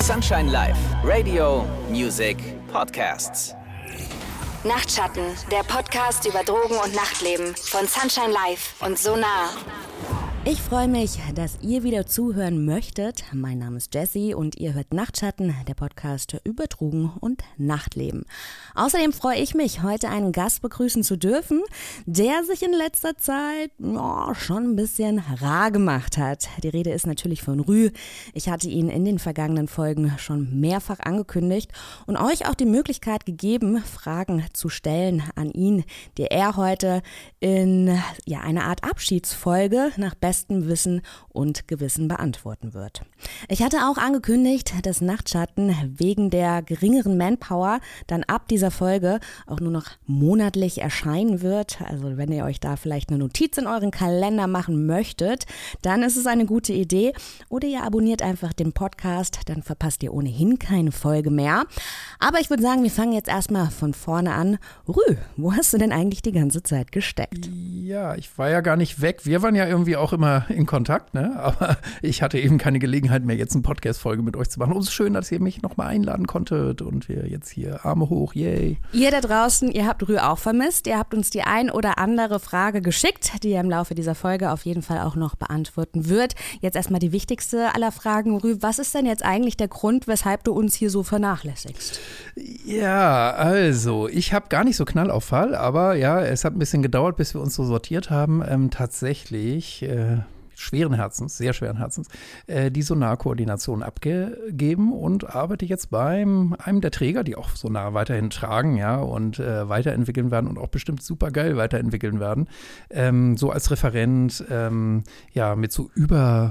Sunshine Live, Radio, Music, Podcasts. Nachtschatten, der Podcast über Drogen und Nachtleben von Sunshine Live und Sonar. Ich freue mich, dass ihr wieder zuhören möchtet. Mein Name ist Jessie und ihr hört Nachtschatten, der Podcast über Drogen und Nachtleben. Außerdem freue ich mich, heute einen Gast begrüßen zu dürfen, der sich in letzter Zeit schon ein bisschen rar gemacht hat. Die Rede ist natürlich von Rü. Ich hatte ihn in den vergangenen Folgen schon mehrfach angekündigt und euch auch die Möglichkeit gegeben, Fragen zu stellen an ihn, die er heute in einer Art Abschiedsfolge nach bestem Wissen und Gewissen beantworten wird. Ich hatte auch angekündigt, dass Nachtschatten wegen der geringeren Manpower dann ab dieser Folge auch nur noch monatlich erscheinen wird. Also wenn ihr euch da vielleicht eine Notiz in euren Kalender machen möchtet, dann ist es eine gute Idee. Oder ihr abonniert einfach den Podcast, dann verpasst ihr ohnehin keine Folge mehr. Aber ich würde sagen, wir fangen jetzt erstmal von vorne an. Rü, wo hast du denn eigentlich die ganze Zeit gesteckt? Ja, ich war ja gar nicht weg. Wir waren ja irgendwie auch immer in Kontakt, ne? Aber ich hatte eben keine Gelegenheit mehr, jetzt eine Podcast-Folge mit euch zu machen. Und es ist schön, dass ihr mich nochmal einladen konntet und wir jetzt hier Arme hoch, yay. Ihr da draußen, ihr habt Rü auch vermisst. Ihr habt uns die ein oder andere Frage geschickt, die ihr im Laufe dieser Folge auf jeden Fall auch noch beantworten wird. Jetzt erstmal die wichtigste aller Fragen. Rü, was ist denn jetzt eigentlich der Grund, weshalb du uns hier so vernachlässigst? Ja, also, ich habe gar nicht so Knallauffall, aber ja, es hat ein bisschen gedauert, bis wir uns so sortiert haben. Tatsächlich schweren Herzens, sehr schweren Herzens, die Sonar-Koordination abgegeben und arbeite jetzt bei einem der Träger, die auch Sonar weiterhin tragen, ja, und weiterentwickeln werden und auch bestimmt super geil weiterentwickeln werden. So als Referent, mit so in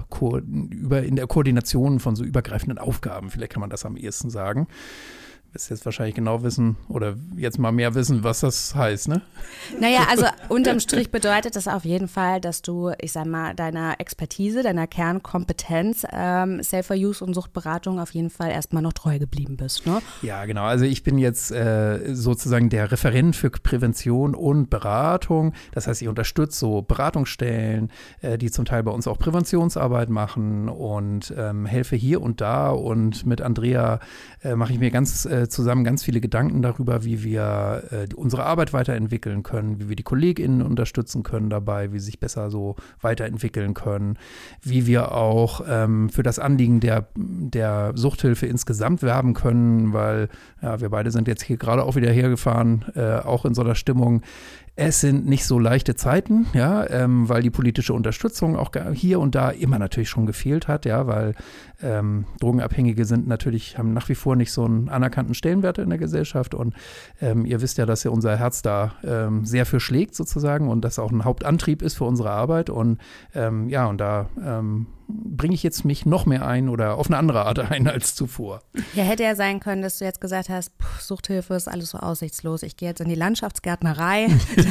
der Koordination von so übergreifenden Aufgaben, vielleicht kann man das am ehesten sagen. Wirst jetzt wahrscheinlich genau wissen oder jetzt mal mehr wissen, was das heißt, ne? Naja, also unterm Strich bedeutet das auf jeden Fall, dass du, ich sag mal, deiner Expertise, deiner Kernkompetenz, Safer-Use und Suchtberatung auf jeden Fall erstmal noch treu geblieben bist, ne? Ja, genau. Also ich bin jetzt sozusagen der Referent für Prävention und Beratung. Das heißt, ich unterstütze so Beratungsstellen, die zum Teil bei uns auch Präventionsarbeit machen und helfe hier und da. Und mit Andrea mache ich mir zusammen ganz viele Gedanken darüber, wie wir unsere Arbeit weiterentwickeln können, wie wir die KollegInnen unterstützen können dabei, wie sie sich besser so weiterentwickeln können, wie wir auch für das Anliegen der Suchthilfe insgesamt werben können, weil wir beide sind jetzt hier gerade auch wieder hergefahren, auch in so einer Stimmung. Es sind nicht so leichte Zeiten, ja, weil die politische Unterstützung auch hier und da immer natürlich schon gefehlt hat, ja, weil Drogenabhängige haben nach wie vor nicht so einen anerkannten Stellenwert in der Gesellschaft und ihr wisst ja, dass ja unser Herz da sehr für schlägt sozusagen und das auch ein Hauptantrieb ist für unsere Arbeit und und da bringe ich jetzt mich noch mehr ein oder auf eine andere Art ein als zuvor. Ja, hätte ja sein können, dass du jetzt gesagt hast, Suchthilfe ist alles so aussichtslos, ich gehe jetzt in die Landschaftsgärtnerei,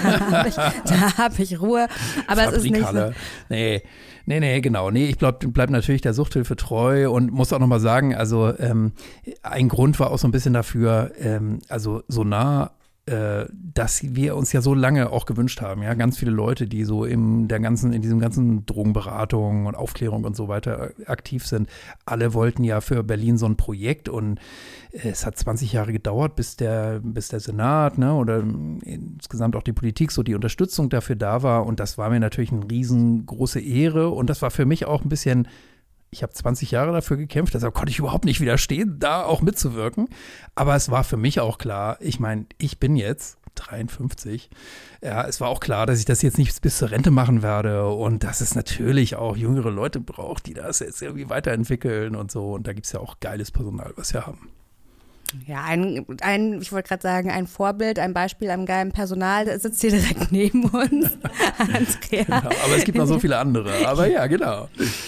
da hab ich Ruhe, aber es ist nicht so. Nee, genau. Nee, ich bleib natürlich der Suchthilfe treu und muss auch nochmal sagen, also ein Grund war auch so ein bisschen dafür, Sonar, dass wir uns ja so lange auch gewünscht haben, ja, ganz viele Leute, die so in diesem ganzen Drogenberatung und Aufklärung und so weiter aktiv sind, alle wollten ja für Berlin so ein Projekt und es hat 20 Jahre gedauert, bis der Senat, ne, oder insgesamt auch die Politik so die Unterstützung dafür da war und das war mir natürlich eine riesengroße Ehre und das war für mich auch ein bisschen. Ich habe 20 Jahre dafür gekämpft, deshalb konnte ich überhaupt nicht widerstehen, da auch mitzuwirken. Aber es war für mich auch klar, ich meine, ich bin jetzt 53. Ja, es war auch klar, dass ich das jetzt nicht bis zur Rente machen werde und dass es natürlich auch jüngere Leute braucht, die das jetzt irgendwie weiterentwickeln und so. Und da gibt es ja auch geiles Personal, was wir haben. Ja, ich wollte gerade sagen, ein Vorbild, ein Beispiel am geilen Personal, der sitzt hier direkt neben uns. Genau, aber es gibt noch so viele andere. Aber ja, genau.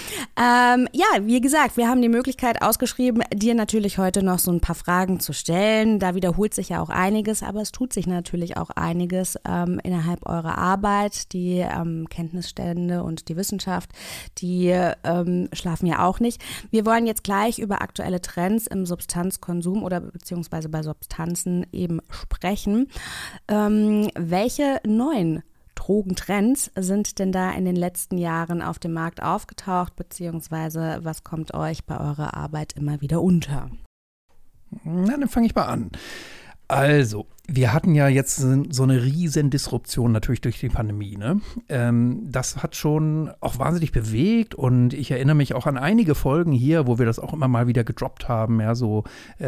Wie gesagt, wir haben die Möglichkeit ausgeschrieben, dir natürlich heute noch so ein paar Fragen zu stellen. Da wiederholt sich ja auch einiges, aber es tut sich natürlich auch einiges innerhalb eurer Arbeit. Die Kenntnisstände und die Wissenschaft, die schlafen ja auch nicht. Wir wollen jetzt gleich über aktuelle Trends im Substanzkonsum oder beziehungsweise bei Substanzen eben sprechen. Welche neuen Drogentrends sind denn da in den letzten Jahren auf dem Markt aufgetaucht, beziehungsweise was kommt euch bei eurer Arbeit immer wieder unter? Na, dann fange ich mal an. Also, wir hatten ja jetzt so eine riesen Disruption natürlich durch die Pandemie, ne? Das hat schon auch wahnsinnig bewegt und ich erinnere mich auch an einige Folgen hier, wo wir das auch immer mal wieder gedroppt haben, ja, so,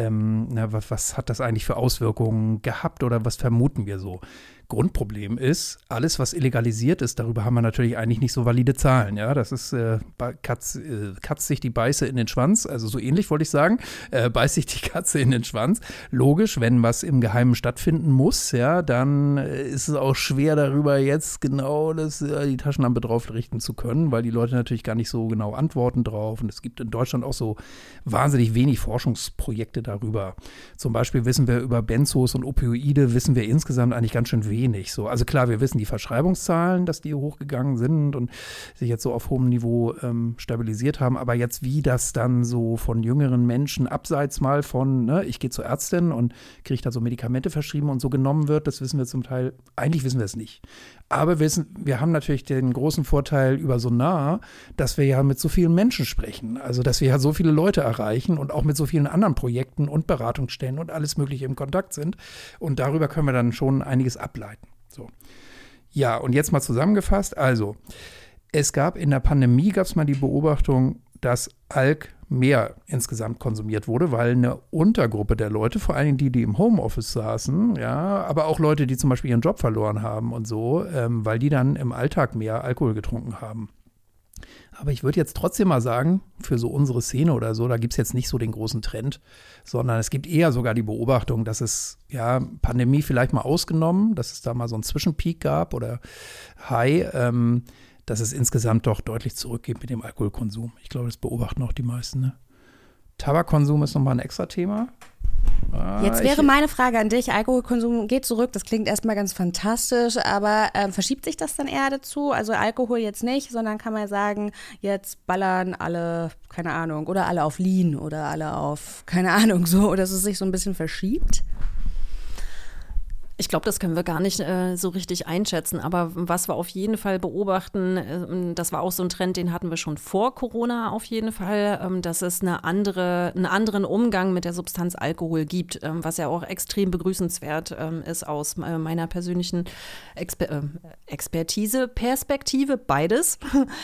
was hat das eigentlich für Auswirkungen gehabt oder was vermuten wir so? Grundproblem ist, alles, was illegalisiert ist, darüber haben wir natürlich eigentlich nicht so valide Zahlen. Ja, das ist Katz sich die Beiße in den Schwanz, also so ähnlich wollte ich sagen, beißt sich die Katze in den Schwanz. Logisch, wenn was im Geheimen stattfinden muss, ja, dann ist es auch schwer darüber jetzt genau die Taschenlampe drauf richten zu können, weil die Leute natürlich gar nicht so genau antworten drauf und es gibt in Deutschland auch so wahnsinnig wenig Forschungsprojekte darüber. Zum Beispiel wissen wir über Benzos und Opioide, wissen wir insgesamt eigentlich ganz schön wenig. So. Also klar, wir wissen die Verschreibungszahlen, dass die hochgegangen sind und sich jetzt so auf hohem Niveau stabilisiert haben, aber jetzt wie das dann so von jüngeren Menschen abseits mal von, ne, ich gehe zur Ärztin und kriege da so Medikamente verschrieben und so genommen wird, das wissen wir zum Teil, eigentlich wissen wir es nicht. Aber wir haben natürlich den großen Vorteil über Sonar, dass wir ja mit so vielen Menschen sprechen, also dass wir ja so viele Leute erreichen und auch mit so vielen anderen Projekten und Beratungsstellen und alles Mögliche im Kontakt sind und darüber können wir dann schon einiges ableiten. So. Ja, und jetzt mal zusammengefasst, also es gab in der Pandemie, gab es mal die Beobachtung, dass Alk mehr insgesamt konsumiert wurde, weil eine Untergruppe der Leute, vor allem die im Homeoffice saßen, ja, aber auch Leute, die zum Beispiel ihren Job verloren haben und so, weil die dann im Alltag mehr Alkohol getrunken haben. Aber ich würde jetzt trotzdem mal sagen, für so unsere Szene oder so, da gibt es jetzt nicht so den großen Trend, sondern es gibt eher sogar die Beobachtung, dass es, ja, Pandemie vielleicht mal ausgenommen, dass es da mal so einen Zwischenpeak gab oder High, dass es insgesamt doch deutlich zurückgeht mit dem Alkoholkonsum. Ich glaube, das beobachten auch die meisten. Ne? Tabakkonsum ist nochmal ein extra Thema. Jetzt wäre meine Frage an dich, Alkoholkonsum geht zurück, das klingt erstmal ganz fantastisch, aber verschiebt sich das dann eher dazu? Also Alkohol jetzt nicht, sondern kann man sagen, jetzt ballern alle, keine Ahnung, oder alle auf Lean oder alle auf, keine Ahnung, so, oder dass es sich so ein bisschen verschiebt? Ich glaube, das können wir gar nicht so richtig einschätzen. Aber was wir auf jeden Fall beobachten, das war auch so ein Trend, den hatten wir schon vor Corona auf jeden Fall, dass es einen anderen Umgang mit der Substanz Alkohol gibt, was ja auch extrem begrüßenswert ist aus meiner persönlichen Expertise-Perspektive, beides.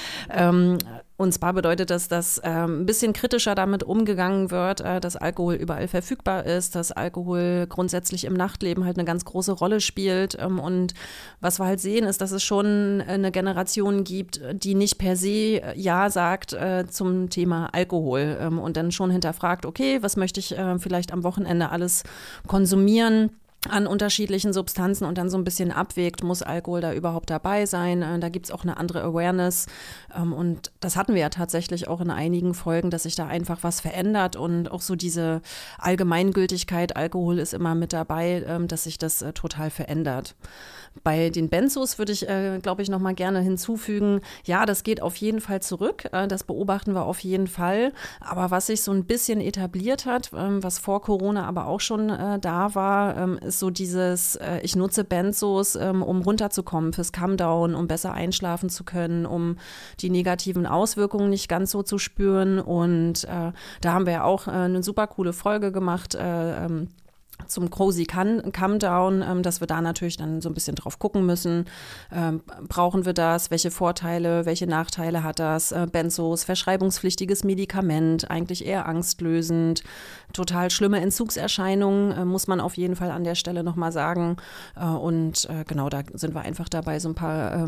Und zwar bedeutet das, dass ein bisschen kritischer damit umgegangen wird, dass Alkohol überall verfügbar ist, dass Alkohol grundsätzlich im Nachtleben halt eine ganz große Rolle spielt. Und was wir halt sehen, ist, dass es schon eine Generation gibt, die nicht per se Ja sagt zum Thema Alkohol und dann schon hinterfragt, okay, was möchte ich vielleicht am Wochenende alles konsumieren an unterschiedlichen Substanzen und dann so ein bisschen abwägt, muss Alkohol da überhaupt dabei sein? Da gibt es auch eine andere Awareness und das hatten wir ja tatsächlich auch in einigen Folgen, dass sich da einfach was verändert und auch so diese Allgemeingültigkeit, Alkohol ist immer mit dabei, dass sich das total verändert. Bei den Benzos würde ich, glaube ich, noch mal gerne hinzufügen, ja, das geht auf jeden Fall zurück, das beobachten wir auf jeden Fall, aber was sich so ein bisschen etabliert hat, was vor Corona aber auch schon da war, ist so dieses, ich nutze Benzos, um runterzukommen fürs Come-Down, um besser einschlafen zu können, um die negativen Auswirkungen nicht ganz so zu spüren und da haben wir ja auch eine super coole Folge gemacht, zum Cozy Come-Down, dass wir da natürlich dann so ein bisschen drauf gucken müssen, brauchen wir das, welche Vorteile, welche Nachteile hat das, Benzos, verschreibungspflichtiges Medikament, eigentlich eher angstlösend, total schlimme Entzugserscheinungen, muss man auf jeden Fall an der Stelle nochmal sagen und genau, da sind wir einfach dabei, so ein paar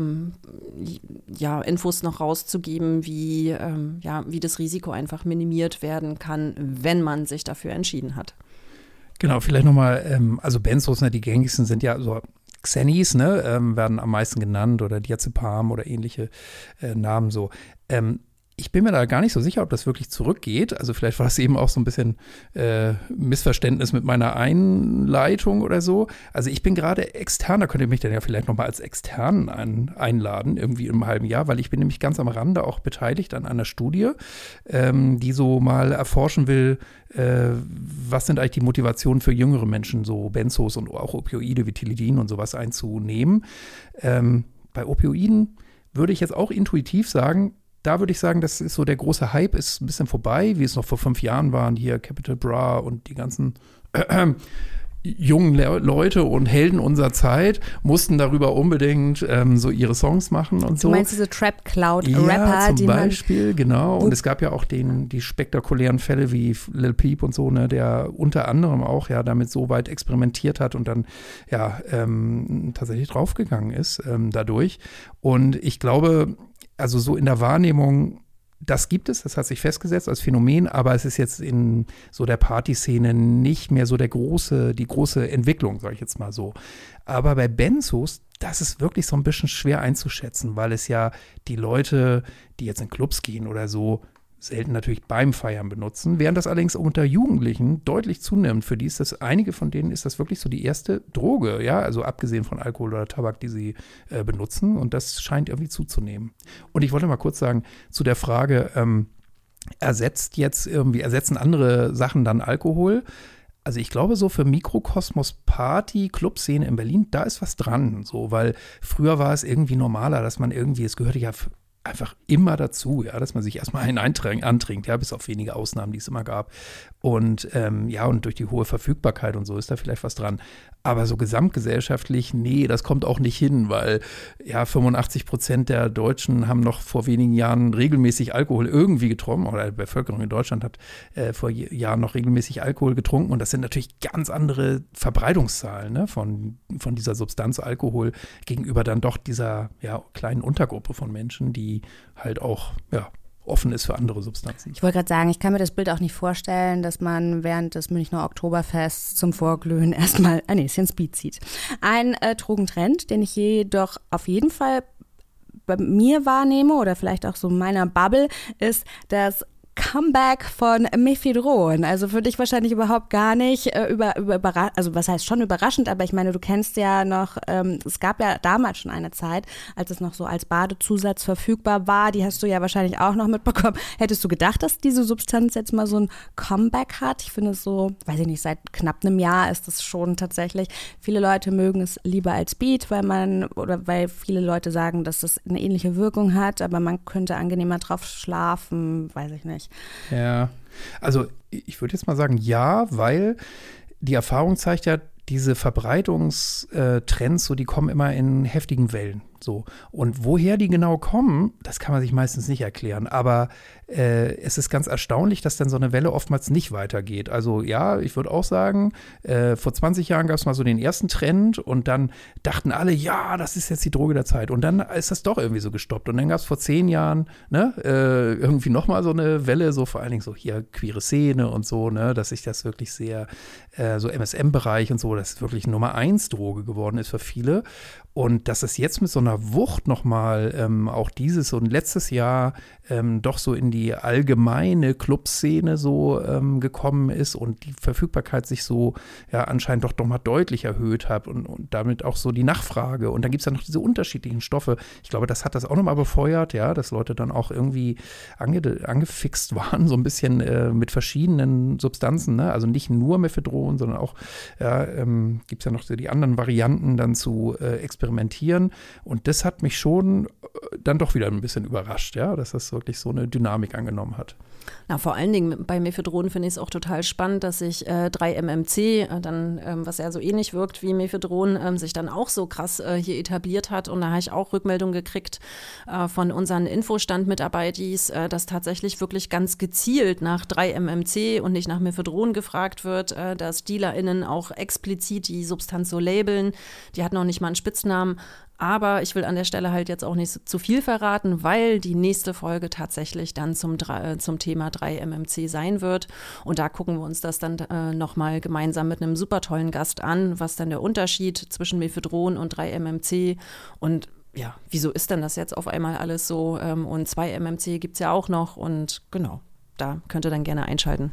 Infos noch rauszugeben, wie das Risiko einfach minimiert werden kann, wenn man sich dafür entschieden hat. Genau, vielleicht nochmal, also Benzos, ne, die gängigsten sind ja so Xennies, ne, werden am meisten genannt oder Diazepam oder ähnliche Namen so. Ich bin mir da gar nicht so sicher, ob das wirklich zurückgeht. Also vielleicht war das eben auch so ein bisschen Missverständnis mit meiner Einleitung oder so. Also ich bin gerade extern, da könnt ihr mich dann ja vielleicht nochmal als extern einladen, irgendwie im halben Jahr, weil ich bin nämlich ganz am Rande auch beteiligt an einer Studie, die so mal erforschen will, was sind eigentlich die Motivationen für jüngere Menschen, so Benzos und auch Opioide wie Tilidin und sowas einzunehmen. bei Opioiden würde ich jetzt auch intuitiv sagen, da würde ich sagen, das ist so der große Hype, ist ein bisschen vorbei, wie es noch vor 5 Jahren waren, hier Capital Bra und die ganzen jungen Leute und Helden unserer Zeit mussten darüber unbedingt so ihre Songs machen und so. Du meinst diese Trap-Cloud-Rapper, ja, die zum Beispiel, genau. Und es gab ja auch die spektakulären Fälle wie Lil Peep und so, ne, der unter anderem auch ja damit so weit experimentiert hat und dann ja tatsächlich draufgegangen ist dadurch. Und ich glaube, also so in der Wahrnehmung, das gibt es, das hat sich festgesetzt als Phänomen, aber es ist jetzt in so der Partyszene nicht mehr so die große Entwicklung, sage ich jetzt mal so. Aber bei Benzos, das ist wirklich so ein bisschen schwer einzuschätzen, weil es ja die Leute, die jetzt in Clubs gehen oder so, selten natürlich beim Feiern benutzen, während das allerdings unter Jugendlichen deutlich zunimmt. Für die ist das, einige von denen ist das wirklich so die erste Droge, ja, also abgesehen von Alkohol oder Tabak, die sie benutzen, und das scheint irgendwie zuzunehmen. Und ich wollte mal kurz sagen, zu der Frage, ersetzen andere Sachen dann Alkohol? Also ich glaube, so für Mikrokosmos Party, Clubszene in Berlin, da ist was dran, so, weil früher war es irgendwie normaler, dass man irgendwie, es gehörte ja einfach immer dazu, ja, dass man sich erstmal einen antrinkt, ja, bis auf wenige Ausnahmen, die es immer gab. Und und durch die hohe Verfügbarkeit und so ist da vielleicht was dran. Aber so gesamtgesellschaftlich, nee, das kommt auch nicht hin, weil ja 85% der Deutschen haben noch vor wenigen Jahren regelmäßig Alkohol irgendwie getrunken, oder die Bevölkerung in Deutschland hat vor Jahren noch regelmäßig Alkohol getrunken, und das sind natürlich ganz andere Verbreitungszahlen, ne, von dieser Substanz Alkohol gegenüber dann doch dieser kleinen Untergruppe von Menschen, die halt auch offen ist für andere Substanzen. Ich wollte gerade sagen, ich kann mir das Bild auch nicht vorstellen, dass man während des Münchner Oktoberfests zum Vorglühen erstmal ein Näschen Speed zieht. Ein Drogentrend, den ich jedoch auf jeden Fall bei mir wahrnehme oder vielleicht auch so meiner Bubble, ist das Comeback von Mephedron. Also für dich wahrscheinlich überhaupt gar nicht also was heißt schon überraschend, aber ich meine, du kennst ja noch, es gab ja damals schon eine Zeit, als es noch so als Badezusatz verfügbar war, die hast du ja wahrscheinlich auch noch mitbekommen. Hättest du gedacht, dass diese Substanz jetzt mal so ein Comeback hat? Ich finde es so, weiß ich nicht, seit knapp einem Jahr ist es schon tatsächlich. Viele Leute mögen es lieber als Speed, weil viele Leute sagen, dass es eine ähnliche Wirkung hat, aber man könnte angenehmer drauf schlafen, weiß ich nicht. Ja, also ich würde jetzt mal sagen, ja, weil die Erfahrung zeigt ja, diese Verbreitungstrends, so, die kommen immer in heftigen Wellen. So. Und woher die genau kommen, das kann man sich meistens nicht erklären. Aber es ist ganz erstaunlich, dass dann so eine Welle oftmals nicht weitergeht. Also ja, ich würde auch sagen, vor 20 Jahren gab es mal so den ersten Trend und dann dachten alle, ja, das ist jetzt die Droge der Zeit. Und dann ist das doch irgendwie so gestoppt. Und dann gab es vor 10 Jahren irgendwie nochmal so eine Welle, so vor allen Dingen so hier queere Szene und so, ne, dass sich das wirklich sehr, so MSM-Bereich und so, dass es wirklich Nummer 1 Droge geworden ist für viele. Und dass es jetzt mit so einer Wucht nochmal auch dieses und letztes Jahr doch so in die allgemeine Clubszene so gekommen ist und die Verfügbarkeit sich so anscheinend doch nochmal deutlich erhöht hat und damit auch so die Nachfrage. Und dann gibt es ja noch diese unterschiedlichen Stoffe. Ich glaube, das hat das auch nochmal befeuert, ja, dass Leute dann auch irgendwie angefixt waren, so ein bisschen mit verschiedenen Substanzen, ne? Also nicht nur Mephedron, sondern auch gibt es ja noch so die anderen Varianten dann zu experimentieren. Und das hat mich schon dann doch wieder ein bisschen überrascht, ja, dass das wirklich so eine Dynamik angenommen hat. Na, vor allen Dingen bei Mephedron finde ich es auch total spannend, dass sich 3-MMC dann, was ja so ähnlich wirkt wie Mephedron, sich dann auch so krass hier etabliert hat. Und da habe ich auch Rückmeldungen gekriegt von unseren Infostand-Mitarbeitern, dass tatsächlich wirklich ganz gezielt nach 3-MMC und nicht nach Mephedron gefragt wird, dass DealerInnen auch explizit die Substanz so labeln. Die hat noch nicht mal einen Spitznamen. Aber ich will an der Stelle halt jetzt auch nicht zu viel verraten, weil die nächste Folge tatsächlich dann zum Thema 3-MMC sein wird. Und da gucken wir uns das dann nochmal gemeinsam mit einem super tollen Gast an, was dann der Unterschied zwischen Mephedron und 3-MMC und ja, wieso ist denn das jetzt auf einmal alles so? Und 2-MMC gibt es ja auch noch und genau, da könnt ihr dann gerne einschalten.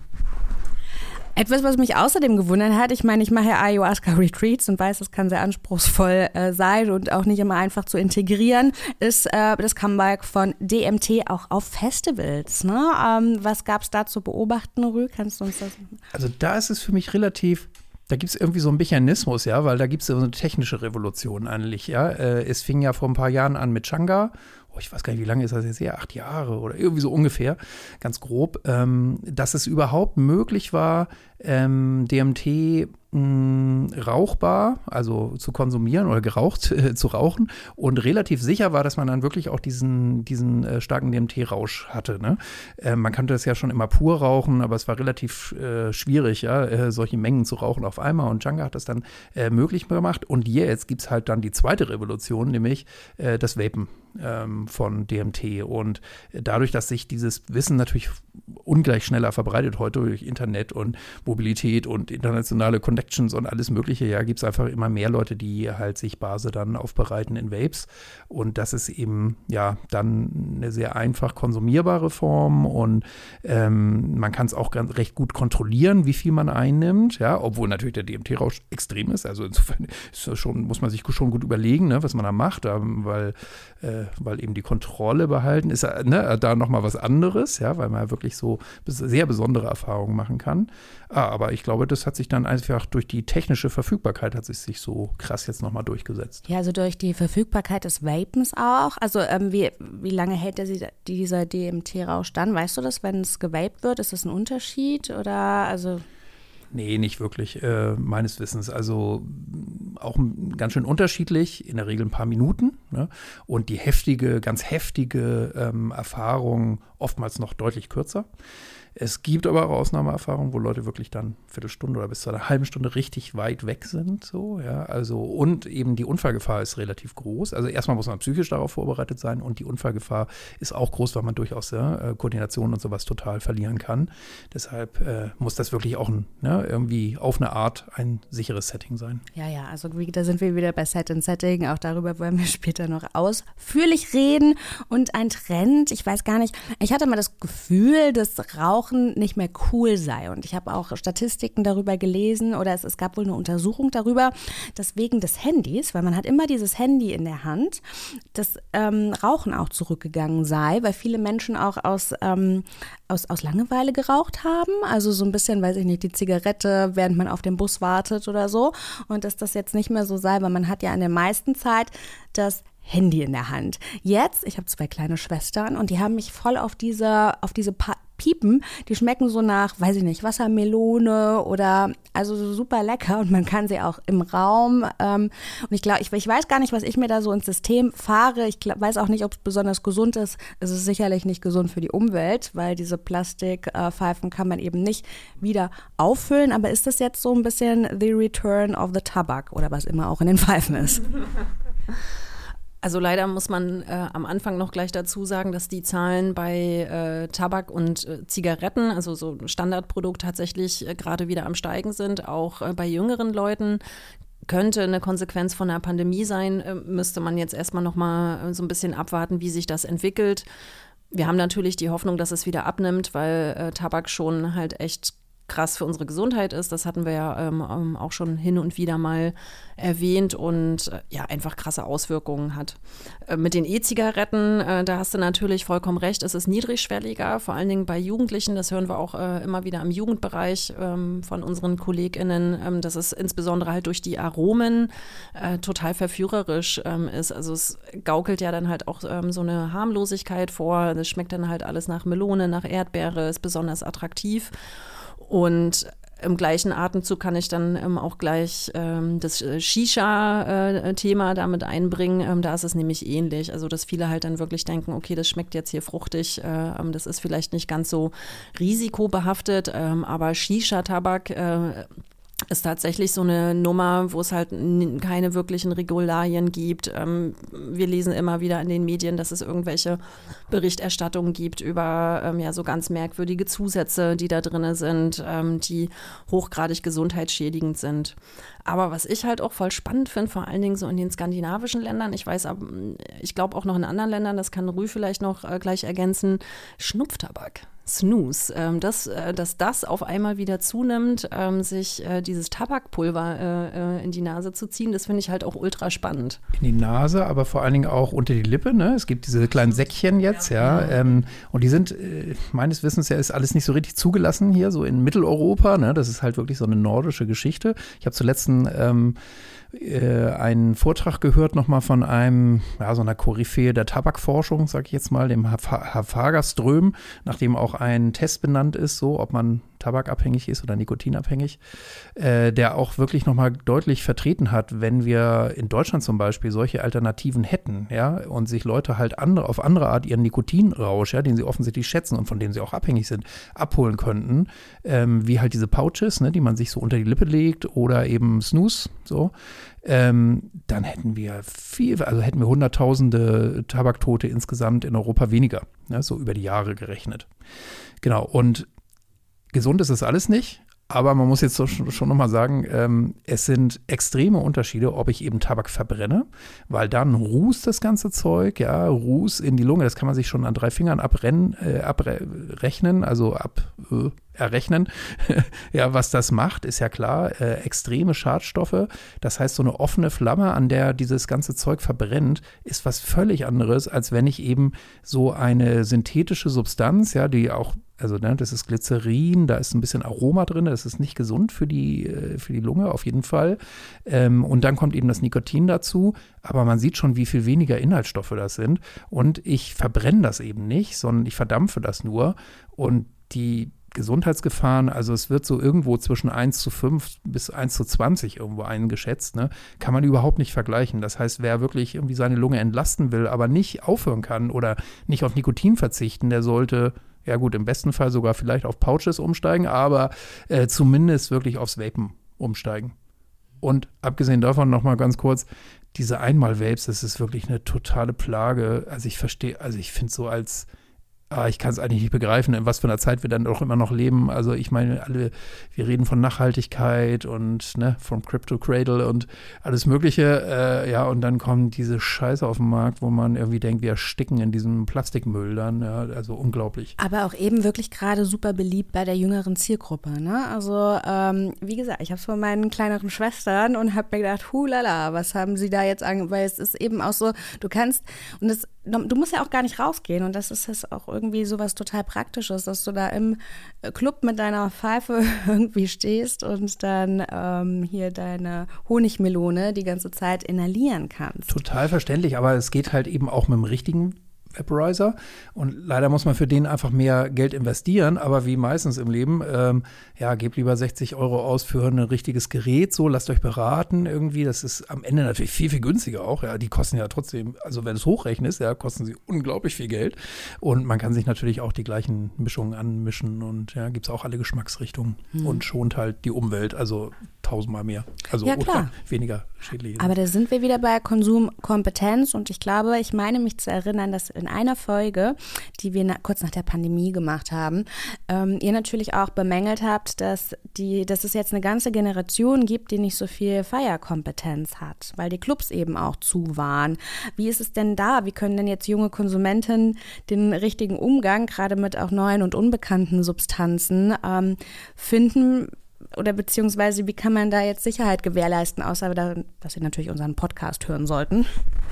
Etwas, was mich außerdem gewundert hat, ich meine, ich mache ja Ayahuasca-Retreats und weiß, das kann sehr anspruchsvoll sein und auch nicht immer einfach zu integrieren, ist das Comeback von DMT auch auf Festivals. Ne? Was gab es da zu beobachten, Rü? Kannst du uns das? Also da ist es für mich relativ Da gibt es irgendwie so einen Mechanismus, ja, weil da gibt es so eine technische Revolution eigentlich, ja. Es fing ja vor ein paar Jahren an mit Changa. Ich weiß gar nicht, wie lange ist das jetzt her? 8 Jahre oder irgendwie so ungefähr, ganz grob, dass es überhaupt möglich war, DMT rauchbar, also zu konsumieren oder geraucht zu rauchen und relativ sicher war, dass man dann wirklich auch diesen starken DMT-Rausch hatte. Ne? Man kannte das ja schon immer pur rauchen, aber es war relativ schwierig, ja, solche Mengen zu rauchen auf einmal und Changa hat das dann möglich gemacht und jetzt gibt es halt dann die zweite Revolution, nämlich das Vapen von DMT und dadurch, dass sich dieses Wissen natürlich ungleich schneller verbreitet heute durch Internet und Mobilität und internationale Connections und alles Mögliche, ja, gibt es einfach immer mehr Leute, die halt sich Base dann aufbereiten in Vapes und das ist eben ja dann eine sehr einfach konsumierbare Form und man kann es auch recht gut kontrollieren, wie viel man einnimmt, ja, obwohl natürlich der DMT-Rausch extrem ist, also insofern muss man sich schon gut überlegen, ne, was man da macht, weil eben die Kontrolle behalten ist da nochmal was anderes, ja, weil man wirklich so sehr besondere Erfahrungen machen kann. Aber ich glaube, das hat sich dann einfach durch die technische Verfügbarkeit hat es sich so krass jetzt nochmal durchgesetzt. Ja, also durch die Verfügbarkeit des Vapens auch. Also wie lange hält dieser DMT-Rausch dann? Weißt du das, wenn es gewaped wird? Ist das ein Unterschied oder also? Nee, nicht wirklich, meines Wissens. Also auch ganz schön unterschiedlich, in der Regel ein paar Minuten. Ne? Und die ganz heftige Erfahrung oftmals noch deutlich kürzer. Es gibt aber auch Ausnahmeerfahrungen, wo Leute wirklich dann Viertelstunde oder bis zu einer halben Stunde richtig weit weg sind. So, ja, also, und eben die Unfallgefahr ist relativ groß. Also erstmal muss man psychisch darauf vorbereitet sein und die Unfallgefahr ist auch groß, weil man durchaus Koordination und sowas total verlieren kann. Deshalb muss das wirklich auch irgendwie auf eine Art ein sicheres Setting sein. Ja, also da sind wir wieder bei Set and Setting. Auch darüber wollen wir später noch ausführlich reden. Und ein Trend, ich weiß gar nicht, ich hatte mal das Gefühl, dass Rauchen nicht mehr cool sei. Und ich habe auch Statistiken darüber gelesen oder es gab wohl eine Untersuchung darüber, dass wegen des Handys, weil man hat immer dieses Handy in der Hand, das Rauchen auch zurückgegangen sei, weil viele Menschen auch aus Langeweile geraucht haben. Also so ein bisschen, weiß ich nicht, die Zigarette, während man auf den Bus wartet oder so. Und dass das jetzt nicht mehr so sei, weil man hat ja in der meisten Zeit das Handy in der Hand. Jetzt, ich habe 2 kleine Schwestern und die haben mich voll auf diese Piepen, die schmecken so nach, weiß ich nicht, Wassermelone oder also so super lecker und man kann sie auch im Raum und ich glaube, ich weiß gar nicht, was ich mir da so ins System fahre. Ich weiß auch nicht, ob es besonders gesund ist. Es ist sicherlich nicht gesund für die Umwelt, weil diese Plastikpfeifen kann man eben nicht wieder auffüllen, aber ist das jetzt so ein bisschen the return of the Tabak oder was immer auch in den Pfeifen ist? Also leider muss man am Anfang noch gleich dazu sagen, dass die Zahlen bei Tabak und Zigaretten, also so ein Standardprodukt, tatsächlich gerade wieder am Steigen sind. Auch bei jüngeren Leuten könnte eine Konsequenz von der Pandemie sein. Müsste man jetzt erstmal noch mal so ein bisschen abwarten, wie sich das entwickelt. Wir haben natürlich die Hoffnung, dass es wieder abnimmt, weil Tabak schon halt echt krass für unsere Gesundheit ist. Das hatten wir ja auch schon hin und wieder mal erwähnt und ja, einfach krasse Auswirkungen hat. Mit den E-Zigaretten, da hast du natürlich vollkommen recht, es ist niedrigschwelliger, vor allen Dingen bei Jugendlichen, das hören wir auch immer wieder im Jugendbereich von unseren KollegInnen, dass es insbesondere halt durch die Aromen total verführerisch ist. Also es gaukelt ja dann halt auch so eine Harmlosigkeit vor, das schmeckt dann halt alles nach Melone, nach Erdbeere, ist besonders attraktiv. Und im gleichen Atemzug kann ich dann auch gleich das Shisha-Thema damit einbringen. Da ist es nämlich ähnlich. Also, dass viele halt dann wirklich denken, okay, das schmeckt jetzt hier fruchtig. Das ist vielleicht nicht ganz so risikobehaftet. Aber Shisha-Tabak ist tatsächlich so eine Nummer, wo es halt keine wirklichen Regularien gibt. Wir lesen immer wieder in den Medien, dass es irgendwelche Berichterstattungen gibt über so ganz merkwürdige Zusätze, die da drin sind, die hochgradig gesundheitsschädigend sind. Aber was ich halt auch voll spannend finde, vor allen Dingen so in den skandinavischen Ländern, ich glaube auch noch in anderen Ländern, das kann Rü vielleicht noch gleich ergänzen, Schnupftabak. Snooze, dass das auf einmal wieder zunimmt, sich dieses Tabakpulver in die Nase zu ziehen, das finde ich halt auch ultra spannend. In die Nase, aber vor allen Dingen auch unter die Lippe, ne? Es gibt diese kleinen Säckchen jetzt, und die sind, meines Wissens ist alles nicht so richtig zugelassen hier, so in Mitteleuropa, ne? Das ist halt wirklich so eine nordische Geschichte. Ich habe zuletzt einen Vortrag gehört nochmal von so einer Koryphäe der Tabakforschung, sag ich jetzt mal, dem Herr Fagerström, nachdem auch ein Test benannt ist, so ob man tabakabhängig ist oder nikotinabhängig, der auch wirklich nochmal deutlich vertreten hat, wenn wir in Deutschland zum Beispiel solche Alternativen hätten, ja, und sich Leute halt auf andere Art ihren Nikotinrausch, ja, den sie offensichtlich schätzen und von dem sie auch abhängig sind, abholen könnten, wie halt diese Pouches, ne, die man sich so unter die Lippe legt oder eben Snooze, so, dann hätten wir Hunderttausende Tabaktote insgesamt in Europa weniger, ne, so über die Jahre gerechnet. Genau, und gesund ist es alles nicht, aber man muss jetzt schon nochmal sagen, es sind extreme Unterschiede, ob ich eben Tabak verbrenne, weil dann rußt das ganze Zeug, ja, Ruß in die Lunge, das kann man sich schon an 3 Fingern errechnen. Ja, was das macht, ist ja klar, extreme Schadstoffe, das heißt, so eine offene Flamme, an der dieses ganze Zeug verbrennt, ist was völlig anderes, als wenn ich eben so eine synthetische Substanz, ja, die auch, also ne, das ist Glycerin, da ist ein bisschen Aroma drin, das ist nicht gesund für die Lunge auf jeden Fall. Und dann kommt eben das Nikotin dazu, aber man sieht schon, wie viel weniger Inhaltsstoffe das sind. Und ich verbrenne das eben nicht, sondern ich verdampfe das nur. Und die Gesundheitsgefahren, also es wird so irgendwo zwischen 1:5 bis 1:20 irgendwo eingeschätzt, ne, kann man überhaupt nicht vergleichen. Das heißt, wer wirklich irgendwie seine Lunge entlasten will, aber nicht aufhören kann oder nicht auf Nikotin verzichten, der sollte, ja gut, im besten Fall sogar vielleicht auf Pouches umsteigen, aber zumindest wirklich aufs Vapen umsteigen. Und abgesehen davon nochmal ganz kurz, diese Einmal-Vapes, das ist wirklich eine totale Plage. Also ich finde so ich kann es eigentlich nicht begreifen, in was für einer Zeit wir dann auch immer noch leben. Also ich meine, wir reden von Nachhaltigkeit und ne, vom Crypto Cradle und alles Mögliche. Und dann kommen diese Scheiße auf den Markt, wo man irgendwie denkt, wir ersticken in diesem Plastikmüll dann. Ja, also unglaublich. Aber auch eben wirklich gerade super beliebt bei der jüngeren Zielgruppe. Ne? Also wie gesagt, ich habe es von meinen kleineren Schwestern und habe mir gedacht, hulala, was haben sie da jetzt weil es ist eben auch so, du musst ja auch gar nicht rausgehen und das ist jetzt auch irgendwie sowas total Praktisches, dass du da im Club mit deiner Pfeife irgendwie stehst und dann hier deine Honigmelone die ganze Zeit inhalieren kannst. Total verständlich, aber es geht halt eben auch mit dem richtigen Vaporizer und leider muss man für den einfach mehr Geld investieren, aber wie meistens im Leben, gebt lieber 60 € aus für ein richtiges Gerät, so, lasst euch beraten irgendwie, das ist am Ende natürlich viel, viel günstiger auch, ja, die kosten ja trotzdem, also wenn es hochrechnet, ja, kosten sie unglaublich viel Geld und man kann sich natürlich auch die gleichen Mischungen anmischen und ja, gibt es auch alle Geschmacksrichtungen und schont halt die Umwelt, also 1000-mal mehr, also ja, klar. Oder weniger schädlich. Aber da sind wir wieder bei Konsumkompetenz und ich meine mich zu erinnern, dass in einer Folge, die wir kurz nach der Pandemie gemacht haben, ihr natürlich auch bemängelt habt, dass es jetzt eine ganze Generation gibt, die nicht so viel Feierkompetenz hat, weil die Clubs eben auch zu waren. Wie ist es denn da? Wie können denn jetzt junge Konsumenten den richtigen Umgang, gerade mit auch neuen und unbekannten Substanzen, finden? Oder beziehungsweise, wie kann man da jetzt Sicherheit gewährleisten, außer dass Sie natürlich unseren Podcast hören sollten?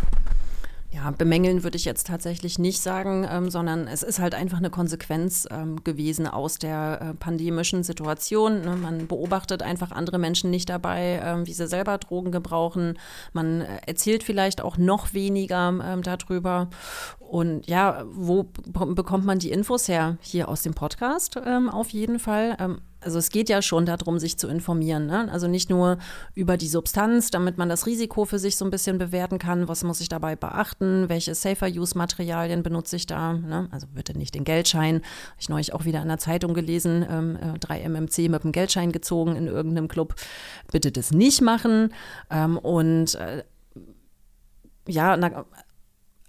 Ja, bemängeln würde ich jetzt tatsächlich nicht sagen, sondern es ist halt einfach eine Konsequenz gewesen aus der pandemischen Situation. Ne? Man beobachtet einfach andere Menschen nicht dabei, wie sie selber Drogen gebrauchen. Man erzählt vielleicht auch noch weniger darüber. Und ja, wo bekommt man die Infos her? Hier aus dem Podcast auf jeden Fall. Also es geht ja schon darum, sich zu informieren, ne? Also nicht nur über die Substanz, damit man das Risiko für sich so ein bisschen bewerten kann. Was muss ich dabei beachten? Welche Safer-Use-Materialien benutze ich da? Ne? Also bitte nicht den Geldschein. Habe ich neulich auch wieder in der Zeitung gelesen, 3 MMC mit dem Geldschein gezogen in irgendeinem Club. Bitte das nicht machen.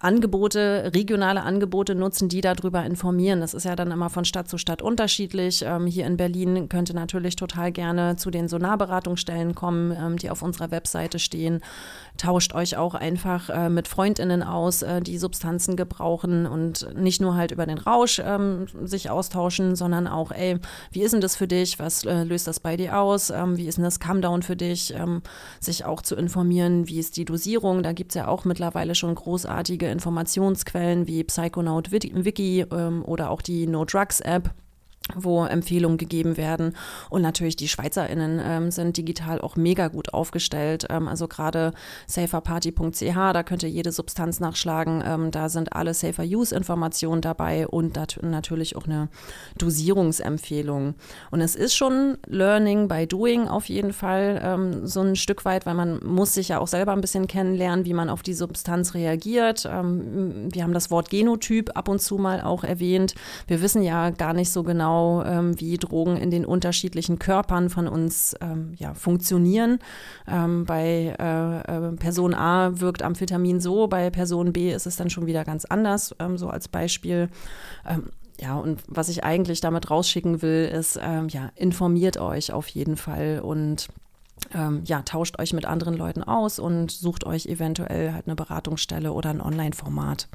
regionale Angebote nutzen, die darüber informieren. Das ist ja dann immer von Stadt zu Stadt unterschiedlich. Hier in Berlin könnt ihr natürlich total gerne zu den Sonarberatungsstellen kommen, die auf unserer Webseite stehen. Tauscht euch auch einfach mit FreundInnen aus, die Substanzen gebrauchen und nicht nur halt über den Rausch sich austauschen, sondern auch, wie ist denn das für dich? Was löst das bei dir aus? Wie ist denn das Calm-Down für dich? Sich auch zu informieren, wie ist die Dosierung? Da gibt es ja auch mittlerweile schon großartige Informationsquellen wie Psychonaut Wiki oder auch die No Drugs App, wo Empfehlungen gegeben werden. Und natürlich die SchweizerInnen sind digital auch mega gut aufgestellt. Also gerade saferparty.ch, da könnt ihr jede Substanz nachschlagen. Da sind alle Safer-Use-Informationen dabei und natürlich auch eine Dosierungsempfehlung. Und es ist schon Learning by Doing auf jeden Fall so ein Stück weit, weil man muss sich ja auch selber ein bisschen kennenlernen, wie man auf die Substanz reagiert. Wir haben das Wort Genotyp ab und zu mal auch erwähnt. Wir wissen ja gar nicht so genau, wie Drogen in den unterschiedlichen Körpern von uns funktionieren. Bei Person A wirkt Amphetamin so, bei Person B ist es dann schon wieder ganz anders, so als Beispiel. Und was ich eigentlich damit rausschicken will, ist, informiert euch auf jeden Fall und tauscht euch mit anderen Leuten aus und sucht euch eventuell halt eine Beratungsstelle oder ein Online-Format.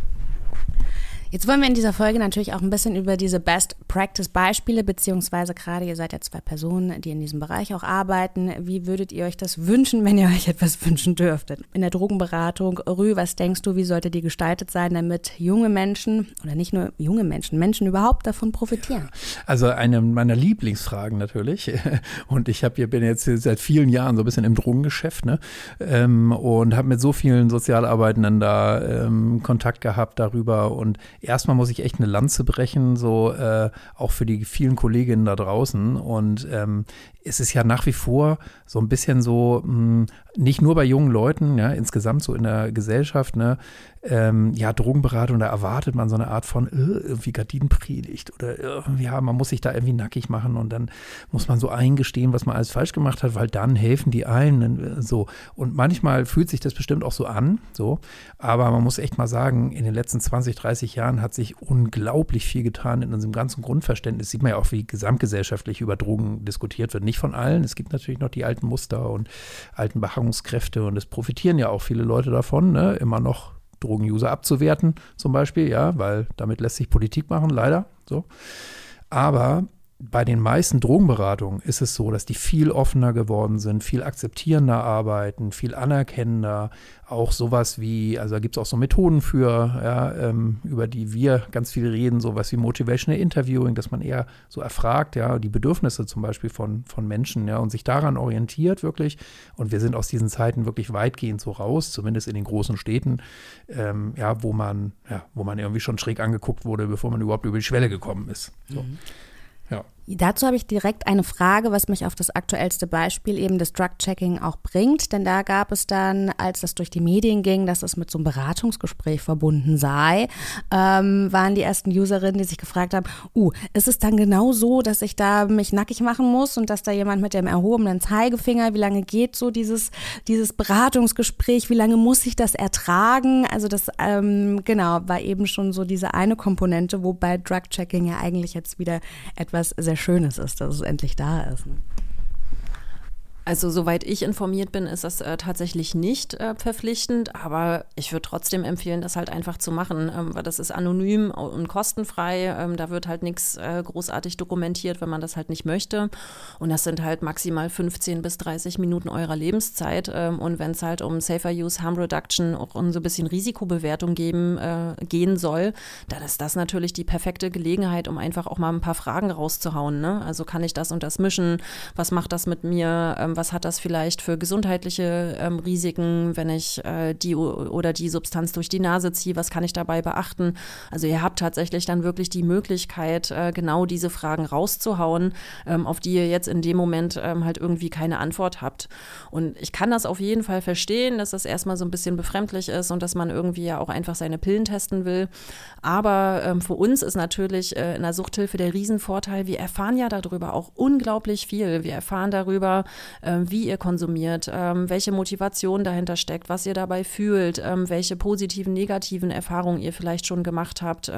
Jetzt wollen wir in dieser Folge natürlich auch ein bisschen über diese Best-Practice-Beispiele, beziehungsweise gerade ihr seid ja 2 Personen, die in diesem Bereich auch arbeiten. Wie würdet ihr euch das wünschen, wenn ihr euch etwas wünschen dürftet? In der Drogenberatung, Rü, was denkst du, wie sollte die gestaltet sein, damit junge Menschen oder nicht nur junge Menschen überhaupt davon profitieren? Also eine meiner Lieblingsfragen natürlich. Und bin jetzt seit vielen Jahren so ein bisschen im Drogengeschäft, ne? Und habe mit so vielen Sozialarbeitenden da Kontakt gehabt darüber. Und erstmal muss ich echt eine Lanze brechen, so auch für die vielen Kolleginnen da draußen. Und es ist ja nach wie vor so ein bisschen so, nicht nur bei jungen Leuten, ja, insgesamt so in der Gesellschaft, ne, Drogenberatung, da erwartet man so eine Art von irgendwie Gardinenpredigt oder man muss sich da irgendwie nackig machen und dann muss man so eingestehen, was man alles falsch gemacht hat, weil dann helfen die allen so. Und manchmal fühlt sich das bestimmt auch so an, so, aber man muss echt mal sagen, in den letzten 20, 30 Jahren hat sich unglaublich viel getan in unserem ganzen Grundverständnis. Sieht man ja auch, wie gesamtgesellschaftlich über Drogen diskutiert wird. Nicht von allen, es gibt natürlich noch die alten Muster und alten Beharrungskräfte und es profitieren ja auch viele Leute davon, ne, immer noch Drogenuser abzuwerten zum Beispiel, ja, weil damit lässt sich Politik machen, leider, so. Aber bei den meisten Drogenberatungen ist es so, dass die viel offener geworden sind, viel akzeptierender arbeiten, viel anerkennender, auch sowas wie, also da gibt es auch so Methoden für, über die wir ganz viel reden, sowas wie Motivational Interviewing, dass man eher so erfragt, die Bedürfnisse zum Beispiel von Menschen, und sich daran orientiert wirklich. Und wir sind aus diesen Zeiten wirklich weitgehend so raus, zumindest in den großen Städten, wo man irgendwie schon schräg angeguckt wurde, bevor man überhaupt über die Schwelle gekommen ist. So. Ja. Dazu habe ich direkt eine Frage, was mich auf das aktuellste Beispiel eben des Drug-Checking auch bringt. Denn da gab es dann, als das durch die Medien ging, dass es mit so einem Beratungsgespräch verbunden sei, waren die ersten Userinnen, die sich gefragt haben, ist es dann genau so, dass ich da mich nackig machen muss und dass da jemand mit dem erhobenen Zeigefinger, wie lange geht so dieses Beratungsgespräch, wie lange muss ich das ertragen? Also das, war eben schon so diese eine Komponente, wobei Drug-Checking ja eigentlich jetzt wieder etwas sehr Schönes ist, dass es endlich da ist. Also soweit ich informiert bin, ist das tatsächlich nicht verpflichtend, aber ich würde trotzdem empfehlen, das halt einfach zu machen, weil das ist anonym und kostenfrei, da wird halt nichts großartig dokumentiert, wenn man das halt nicht möchte und das sind halt maximal 15 bis 30 Minuten eurer Lebenszeit und wenn es halt um Safer Use, Harm Reduction auch um so ein bisschen Risikobewertung gehen soll, dann ist das natürlich die perfekte Gelegenheit, um einfach auch mal ein paar Fragen rauszuhauen, ne? Also kann ich das und das mischen, was macht das mit mir, was hat das vielleicht für gesundheitliche Risiken, wenn ich die Substanz durch die Nase ziehe, was kann ich dabei beachten? Also ihr habt tatsächlich dann wirklich die Möglichkeit, genau diese Fragen rauszuhauen, auf die ihr jetzt in dem Moment halt irgendwie keine Antwort habt. Und ich kann das auf jeden Fall verstehen, dass das erstmal so ein bisschen befremdlich ist und dass man irgendwie ja auch einfach seine Pillen testen will. Aber für uns ist natürlich in der Suchthilfe der Riesenvorteil, wir erfahren ja darüber auch unglaublich viel. Wir erfahren darüber, wie ihr konsumiert, welche Motivation dahinter steckt, was ihr dabei fühlt, welche positiven, negativen Erfahrungen ihr vielleicht schon gemacht habt,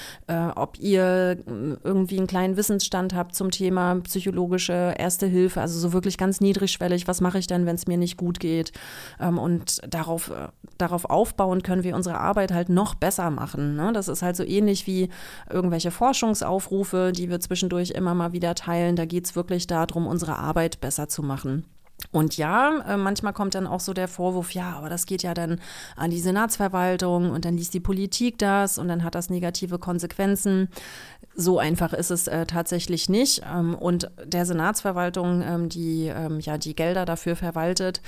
ob ihr irgendwie einen kleinen Wissensstand habt zum Thema psychologische Erste Hilfe, also so wirklich ganz niedrigschwellig, was mache ich denn, wenn es mir nicht gut geht? Und darauf aufbauen können wir unsere Arbeit halt noch besser machen. Ne? Das ist halt so ähnlich wie irgendwelche Forschungsaufrufe, die wir zwischendurch immer mal wieder teilen. Da geht es wirklich darum, unsere Arbeit besser zu machen. Und ja, manchmal kommt dann auch so der Vorwurf, ja, aber das geht ja dann an die Senatsverwaltung und dann liest die Politik das und dann hat das negative Konsequenzen. So einfach ist es tatsächlich nicht. Und der Senatsverwaltung, die Gelder dafür verwaltet,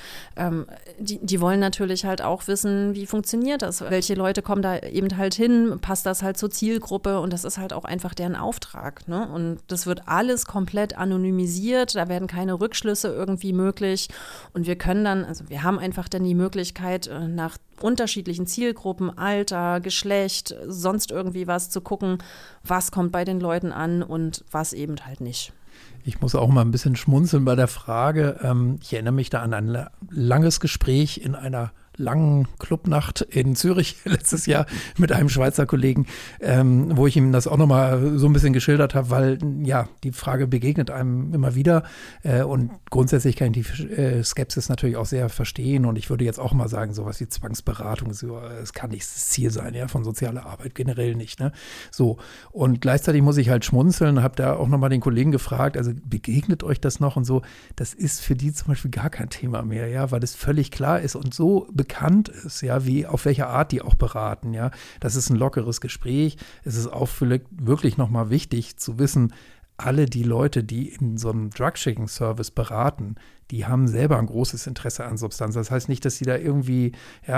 die wollen natürlich halt auch wissen, wie funktioniert das? Welche Leute kommen da eben halt hin? Passt das halt zur Zielgruppe? Und das ist halt auch einfach deren Auftrag. Ne? Und das wird alles komplett anonymisiert. Da werden keine Rückschlüsse irgendwie möglich. Und wir können dann, also wir haben einfach dann die Möglichkeit, nach unterschiedlichen Zielgruppen, Alter, Geschlecht, sonst irgendwie was zu gucken, was kommt bei den Leuten an und was eben halt nicht. Ich muss auch mal ein bisschen schmunzeln bei der Frage. Ich erinnere mich da an ein langes Gespräch in einer langen Clubnacht in Zürich letztes Jahr mit einem Schweizer Kollegen, wo ich ihm das auch nochmal so ein bisschen geschildert habe, weil ja, die Frage begegnet einem immer wieder und grundsätzlich kann ich die Skepsis natürlich auch sehr verstehen und ich würde jetzt auch mal sagen, sowas wie Zwangsberatung, es kann nicht das Ziel sein, ja, von sozialer Arbeit generell nicht, ne? So, und gleichzeitig muss ich halt schmunzeln, habe da auch nochmal den Kollegen gefragt, also begegnet euch das noch und so, das ist für die zum Beispiel gar kein Thema mehr, ja, weil das völlig klar ist und so bekannt ist, ja, wie auf welche Art die auch beraten, ja. Das ist ein lockeres Gespräch. Es ist auch wirklich nochmal wichtig zu wissen, alle die Leute, die in so einem Drug-Checking-Service beraten, die haben selber ein großes Interesse an Substanz. Das heißt nicht, dass die da irgendwie,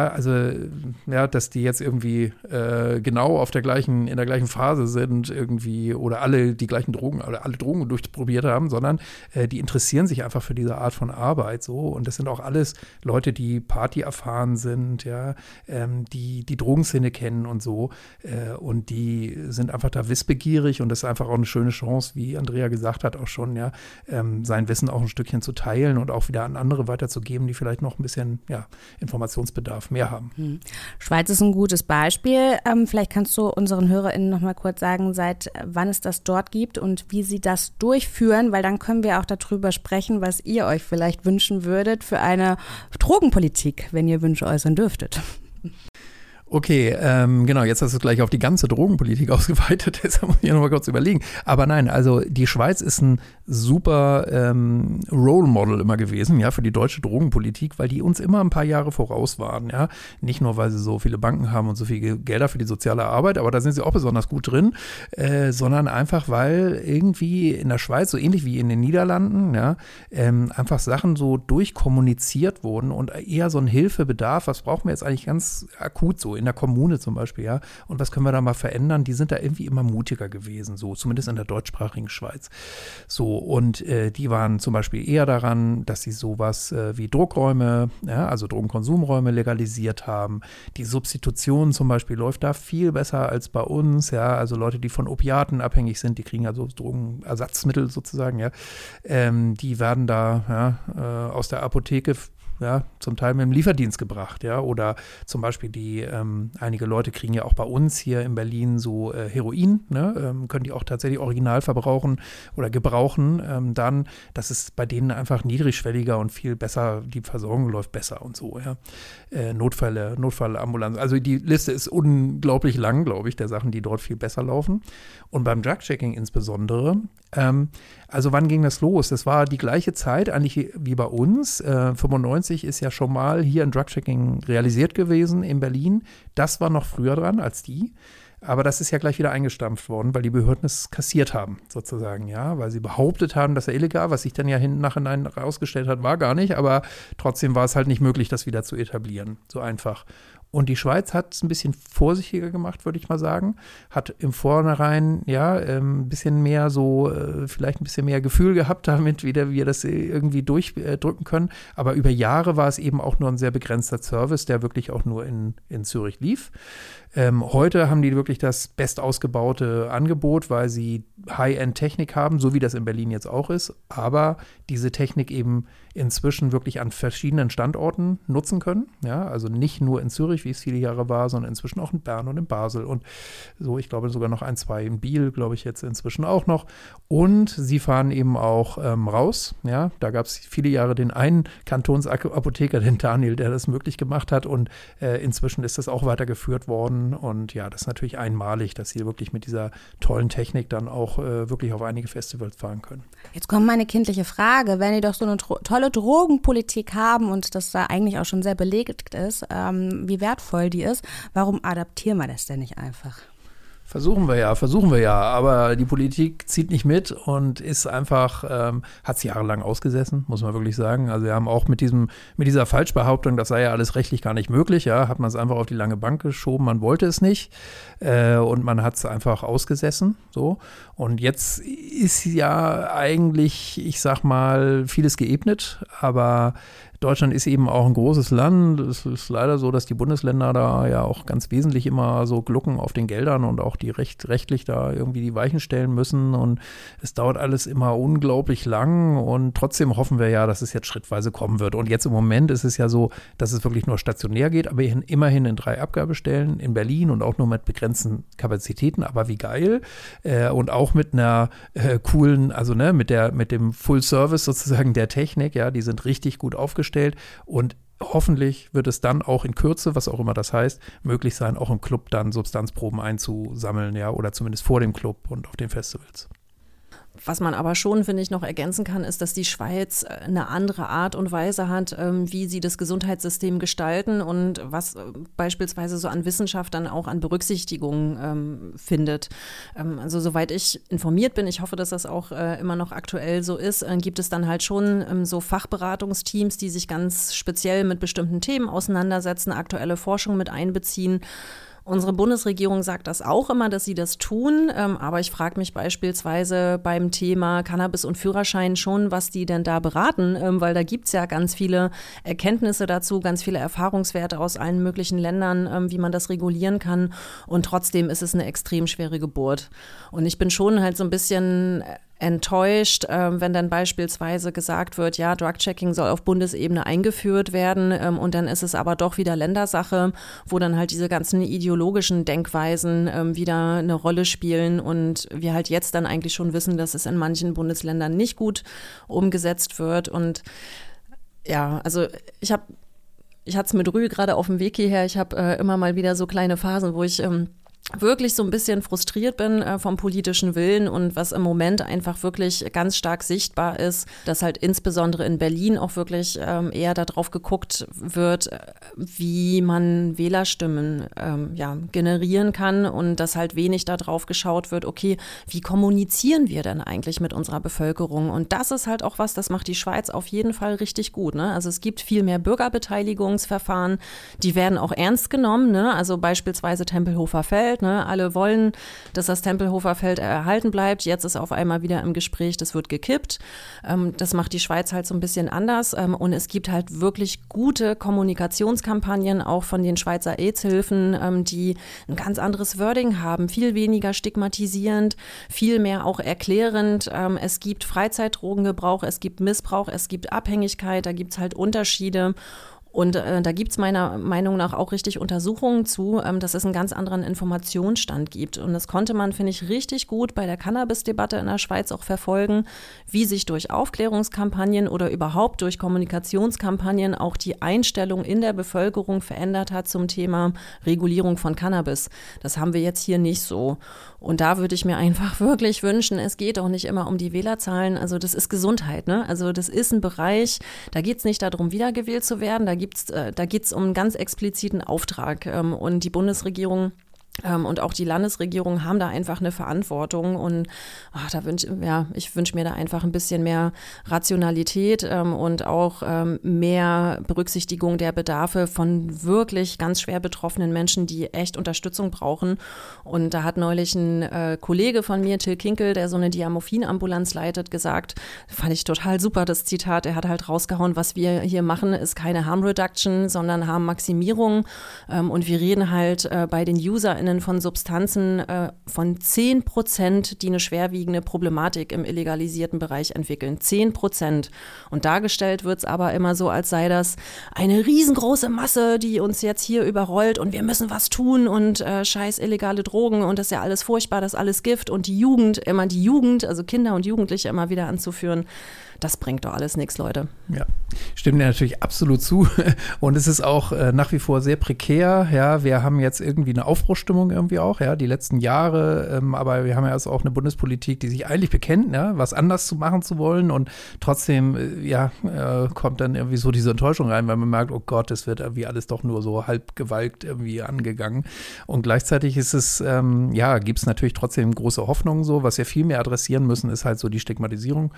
dass die jetzt irgendwie genau in der gleichen Phase sind irgendwie oder alle die gleichen Drogen oder alle Drogen durchprobiert haben, sondern die interessieren sich einfach für diese Art von Arbeit so. Und das sind auch alles Leute, die Party erfahren sind, ja, die Drogenszene kennen und so. Und die sind einfach da wissbegierig und das ist einfach auch eine schöne Chance, wie Andrea gesagt hat, auch schon, ja, sein Wissen auch ein Stückchen zu teilen und auch wieder an andere weiterzugeben, die vielleicht noch ein bisschen Informationsbedarf mehr haben. Schweiz ist ein gutes Beispiel. Vielleicht kannst du unseren HörerInnen noch mal kurz sagen, seit wann es das dort gibt und wie sie das durchführen, weil dann können wir auch darüber sprechen, was ihr euch vielleicht wünschen würdet für eine Drogenpolitik, wenn ihr Wünsche äußern dürftet. Okay, genau, jetzt hast du es gleich auf die ganze Drogenpolitik ausgeweitet, deshalb muss ich noch mal kurz überlegen. Aber nein, also die Schweiz ist ein super Role Model immer gewesen, ja, für die deutsche Drogenpolitik, weil die uns immer ein paar Jahre voraus waren, ja. Nicht nur, weil sie so viele Banken haben und so viele Gelder für die soziale Arbeit, aber da sind sie auch besonders gut drin, sondern einfach, weil irgendwie in der Schweiz, so ähnlich wie in den Niederlanden, ja, einfach Sachen so durchkommuniziert wurden und eher so ein Hilfebedarf, was brauchen wir jetzt eigentlich ganz akut so in der Kommune zum Beispiel, ja, und was können wir da mal verändern, die sind da irgendwie immer mutiger gewesen, so, zumindest in der deutschsprachigen Schweiz. So, und die waren zum Beispiel eher daran, dass sie sowas wie Druckräume, ja, also Drogenkonsumräume legalisiert haben. Die Substitution zum Beispiel läuft da viel besser als bei uns, ja, also Leute, die von Opiaten abhängig sind, die kriegen also Drogenersatzmittel sozusagen, ja, die werden da aus der Apotheke zum Teil mit dem Lieferdienst gebracht, ja, oder zum Beispiel einige Leute kriegen ja auch bei uns hier in Berlin so Heroin, ne, können die auch tatsächlich original verbrauchen oder gebrauchen, dann, das ist bei denen einfach niedrigschwelliger und viel besser, die Versorgung läuft besser und so, ja, Notfallambulanz, also die Liste ist unglaublich lang, glaube ich, der Sachen, die dort viel besser laufen und beim Drug-Checking insbesondere, also wann ging das los? Das war die gleiche Zeit eigentlich wie bei uns, 95 ist ja schon mal hier ein Drug-Checking realisiert gewesen in Berlin. Das war noch früher dran als die. Aber das ist ja gleich wieder eingestampft worden, weil die Behörden es kassiert haben, sozusagen, ja, weil sie behauptet haben, dass er illegal, was sich dann ja nachhinein rausgestellt hat, war gar nicht, aber trotzdem war es halt nicht möglich, das wieder zu etablieren, so einfach. Und die Schweiz hat es ein bisschen vorsichtiger gemacht, würde ich mal sagen. Hat im Vornherein ein bisschen mehr vielleicht ein bisschen mehr Gefühl gehabt damit, wie wir das irgendwie durchdrücken können. Aber über Jahre war es eben auch nur ein sehr begrenzter Service, der wirklich auch nur in Zürich lief. Heute haben die wirklich das best ausgebaute Angebot, weil sie High-End-Technik haben, so wie das in Berlin jetzt auch ist, aber diese Technik eben inzwischen wirklich an verschiedenen Standorten nutzen können. Ja, also nicht nur in Zürich, wie es viele Jahre war, sondern inzwischen auch in Bern und in Basel und so, ich glaube sogar noch 1, 2 in Biel, glaube ich jetzt inzwischen auch noch. Und sie fahren eben auch raus. Ja, da gab es viele Jahre den einen Kantonsapotheker, den Daniel, der das möglich gemacht hat und inzwischen ist das auch weitergeführt worden und ja, das ist natürlich einmalig, dass sie wirklich mit dieser tollen Technik dann auch wirklich auf einige Festivals fahren können. Jetzt kommt meine kindliche Frage, wenn die doch so eine tolle Drogenpolitik haben und das da eigentlich auch schon sehr belegt ist, wie wertvoll die ist, warum adaptieren wir das denn nicht einfach? Versuchen wir ja, aber die Politik zieht nicht mit und ist einfach, hat es jahrelang ausgesessen, muss man wirklich sagen. Also wir haben auch mit dieser Falschbehauptung, das sei ja alles rechtlich gar nicht möglich, ja, hat man es einfach auf die lange Bank geschoben, man wollte es nicht und man hat es einfach ausgesessen, so. Und jetzt ist ja eigentlich, ich sag mal, vieles geebnet, aber Deutschland ist eben auch ein großes Land. Es ist leider so, dass die Bundesländer da ja auch ganz wesentlich immer so glucken auf den Geldern und auch die rechtlich da irgendwie die Weichen stellen müssen. Und es dauert alles immer unglaublich lang. Und trotzdem hoffen wir ja, dass es jetzt schrittweise kommen wird. Und jetzt im Moment ist es ja so, dass es wirklich nur stationär geht, aber immerhin in 3 Abgabestellen in Berlin und auch nur mit begrenzten Kapazitäten. Aber wie geil. Und auch mit einer coolen, also mit dem Full Service sozusagen der Technik. Ja, die sind richtig gut aufgestellt. Und hoffentlich wird es dann auch in Kürze, was auch immer das heißt, möglich sein, auch im Club dann Substanzproben einzusammeln, ja, oder zumindest vor dem Club und auf den Festivals. Was man aber schon, finde ich, noch ergänzen kann, ist, dass die Schweiz eine andere Art und Weise hat, wie sie das Gesundheitssystem gestalten und was beispielsweise so an Wissenschaft dann auch an Berücksichtigung findet. Also soweit ich informiert bin, ich hoffe, dass das auch immer noch aktuell so ist, gibt es dann halt schon so Fachberatungsteams, die sich ganz speziell mit bestimmten Themen auseinandersetzen, aktuelle Forschung mit einbeziehen. Unsere Bundesregierung sagt das auch immer, dass sie das tun, aber ich frage mich beispielsweise beim Thema Cannabis und Führerschein schon, was die denn da beraten, weil da gibt es ja ganz viele Erkenntnisse dazu, ganz viele Erfahrungswerte aus allen möglichen Ländern, wie man das regulieren kann und trotzdem ist es eine extrem schwere Geburt. Und ich bin schon halt so ein bisschen enttäuscht, wenn dann beispielsweise gesagt wird, ja, Drug-Checking soll auf Bundesebene eingeführt werden und dann ist es aber doch wieder Ländersache, wo dann halt diese ganzen ideologischen Denkweisen wieder eine Rolle spielen und wir halt jetzt dann eigentlich schon wissen, dass es in manchen Bundesländern nicht gut umgesetzt wird und ja, also ich hatte es mit Rü gerade auf dem Weg hierher, ich habe immer mal wieder so kleine Phasen, wo ich wirklich so ein bisschen frustriert bin vom politischen Willen und was im Moment einfach wirklich ganz stark sichtbar ist, dass halt insbesondere in Berlin auch wirklich eher darauf geguckt wird, wie man Wählerstimmen generieren kann und dass halt wenig darauf geschaut wird, okay, wie kommunizieren wir denn eigentlich mit unserer Bevölkerung? Und das ist halt auch was, das macht die Schweiz auf jeden Fall richtig gut, ne? Also es gibt viel mehr Bürgerbeteiligungsverfahren, die werden auch ernst genommen, ne? Also beispielsweise Tempelhofer Feld, ne? Alle wollen, dass das Tempelhofer Feld erhalten bleibt. Jetzt ist auf einmal wieder im Gespräch, das wird gekippt. Das macht die Schweiz halt so ein bisschen anders. Und es gibt halt wirklich gute Kommunikationskampagnen, auch von den Schweizer AIDS-Hilfen, die ein ganz anderes Wording haben, viel weniger stigmatisierend, viel mehr auch erklärend. Es gibt Freizeitdrogengebrauch, es gibt Missbrauch, es gibt Abhängigkeit, da gibt es halt Unterschiede. Und da gibt es meiner Meinung nach auch richtig Untersuchungen zu, dass es einen ganz anderen Informationsstand gibt. Und das konnte man, finde ich, richtig gut bei der Cannabis-Debatte in der Schweiz auch verfolgen, wie sich durch Aufklärungskampagnen oder überhaupt durch Kommunikationskampagnen auch die Einstellung in der Bevölkerung verändert hat zum Thema Regulierung von Cannabis. Das haben wir jetzt hier nicht so. Und da würde ich mir einfach wirklich wünschen, es geht auch nicht immer um die Wählerzahlen. Also das ist Gesundheit, ne? Also das ist ein Bereich, da geht es nicht darum, wiedergewählt zu werden. Da geht's um einen ganz expliziten Auftrag. Und die Bundesregierung Und auch die Landesregierung haben da einfach eine Verantwortung und ich wünsche mir da einfach ein bisschen mehr Rationalität und auch mehr Berücksichtigung der Bedarfe von wirklich ganz schwer betroffenen Menschen, die echt Unterstützung brauchen. Und da hat neulich ein Kollege von mir, Till Kinkel, der so eine Diamorphin-Ambulanz leitet, gesagt, fand ich total super, das Zitat, er hat halt rausgehauen, was wir hier machen, ist keine Harm Reduction, sondern Harm-Maximierung. Und wir reden halt bei den UserInnen von Substanzen von 10%, die eine schwerwiegende Problematik im illegalisierten Bereich entwickeln. 10%. Und dargestellt wird es aber immer so, als sei das eine riesengroße Masse, die uns jetzt hier überrollt und wir müssen was tun und scheiß illegale Drogen und das ist ja alles furchtbar, das ist alles Gift und die Jugend, also Kinder und Jugendliche immer wieder anzuführen. Das bringt doch alles nichts, Leute. Ja, stimmt mir natürlich absolut zu. Und es ist auch nach wie vor sehr prekär. Ja, wir haben jetzt irgendwie eine Aufbruchsstimmung irgendwie auch, ja, die letzten Jahre. Aber wir haben ja also auch eine Bundespolitik, die sich eigentlich bekennt, ja, was anders machen zu wollen. Und trotzdem, kommt dann irgendwie so diese Enttäuschung rein, weil man merkt, oh Gott, es wird irgendwie alles doch nur so halb gewalkt irgendwie angegangen. Und gleichzeitig ist es, gibt es natürlich trotzdem große Hoffnungen so. Was wir viel mehr adressieren müssen, ist halt so die Stigmatisierung.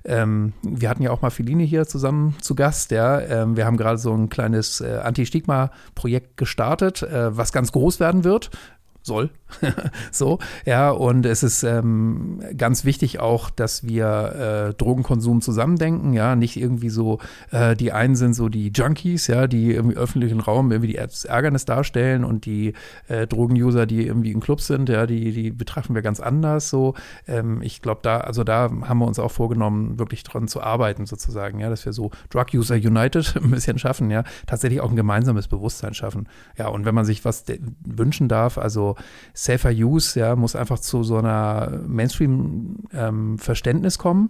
Wir hatten ja auch mal Fellini hier zusammen zu Gast, ja. Wir haben gerade so ein kleines Anti-Stigma-Projekt gestartet, was ganz groß werden wird. Soll. So, ja, und es ist ganz wichtig auch, dass wir Drogenkonsum zusammendenken, ja, nicht irgendwie so, die einen sind so die Junkies, ja, die im öffentlichen Raum irgendwie das Ärgernis darstellen und die Drogenuser, die irgendwie in Clubs sind, ja, die betrachten wir ganz anders, so. Ich glaube, da haben wir uns auch vorgenommen, wirklich dran zu arbeiten, sozusagen, ja, dass wir so Drug User United ein bisschen schaffen, ja, tatsächlich auch ein gemeinsames Bewusstsein schaffen. Ja, und wenn man sich was wünschen darf, also Safer Use, ja, muss einfach zu so einer Mainstream-Verständnis kommen.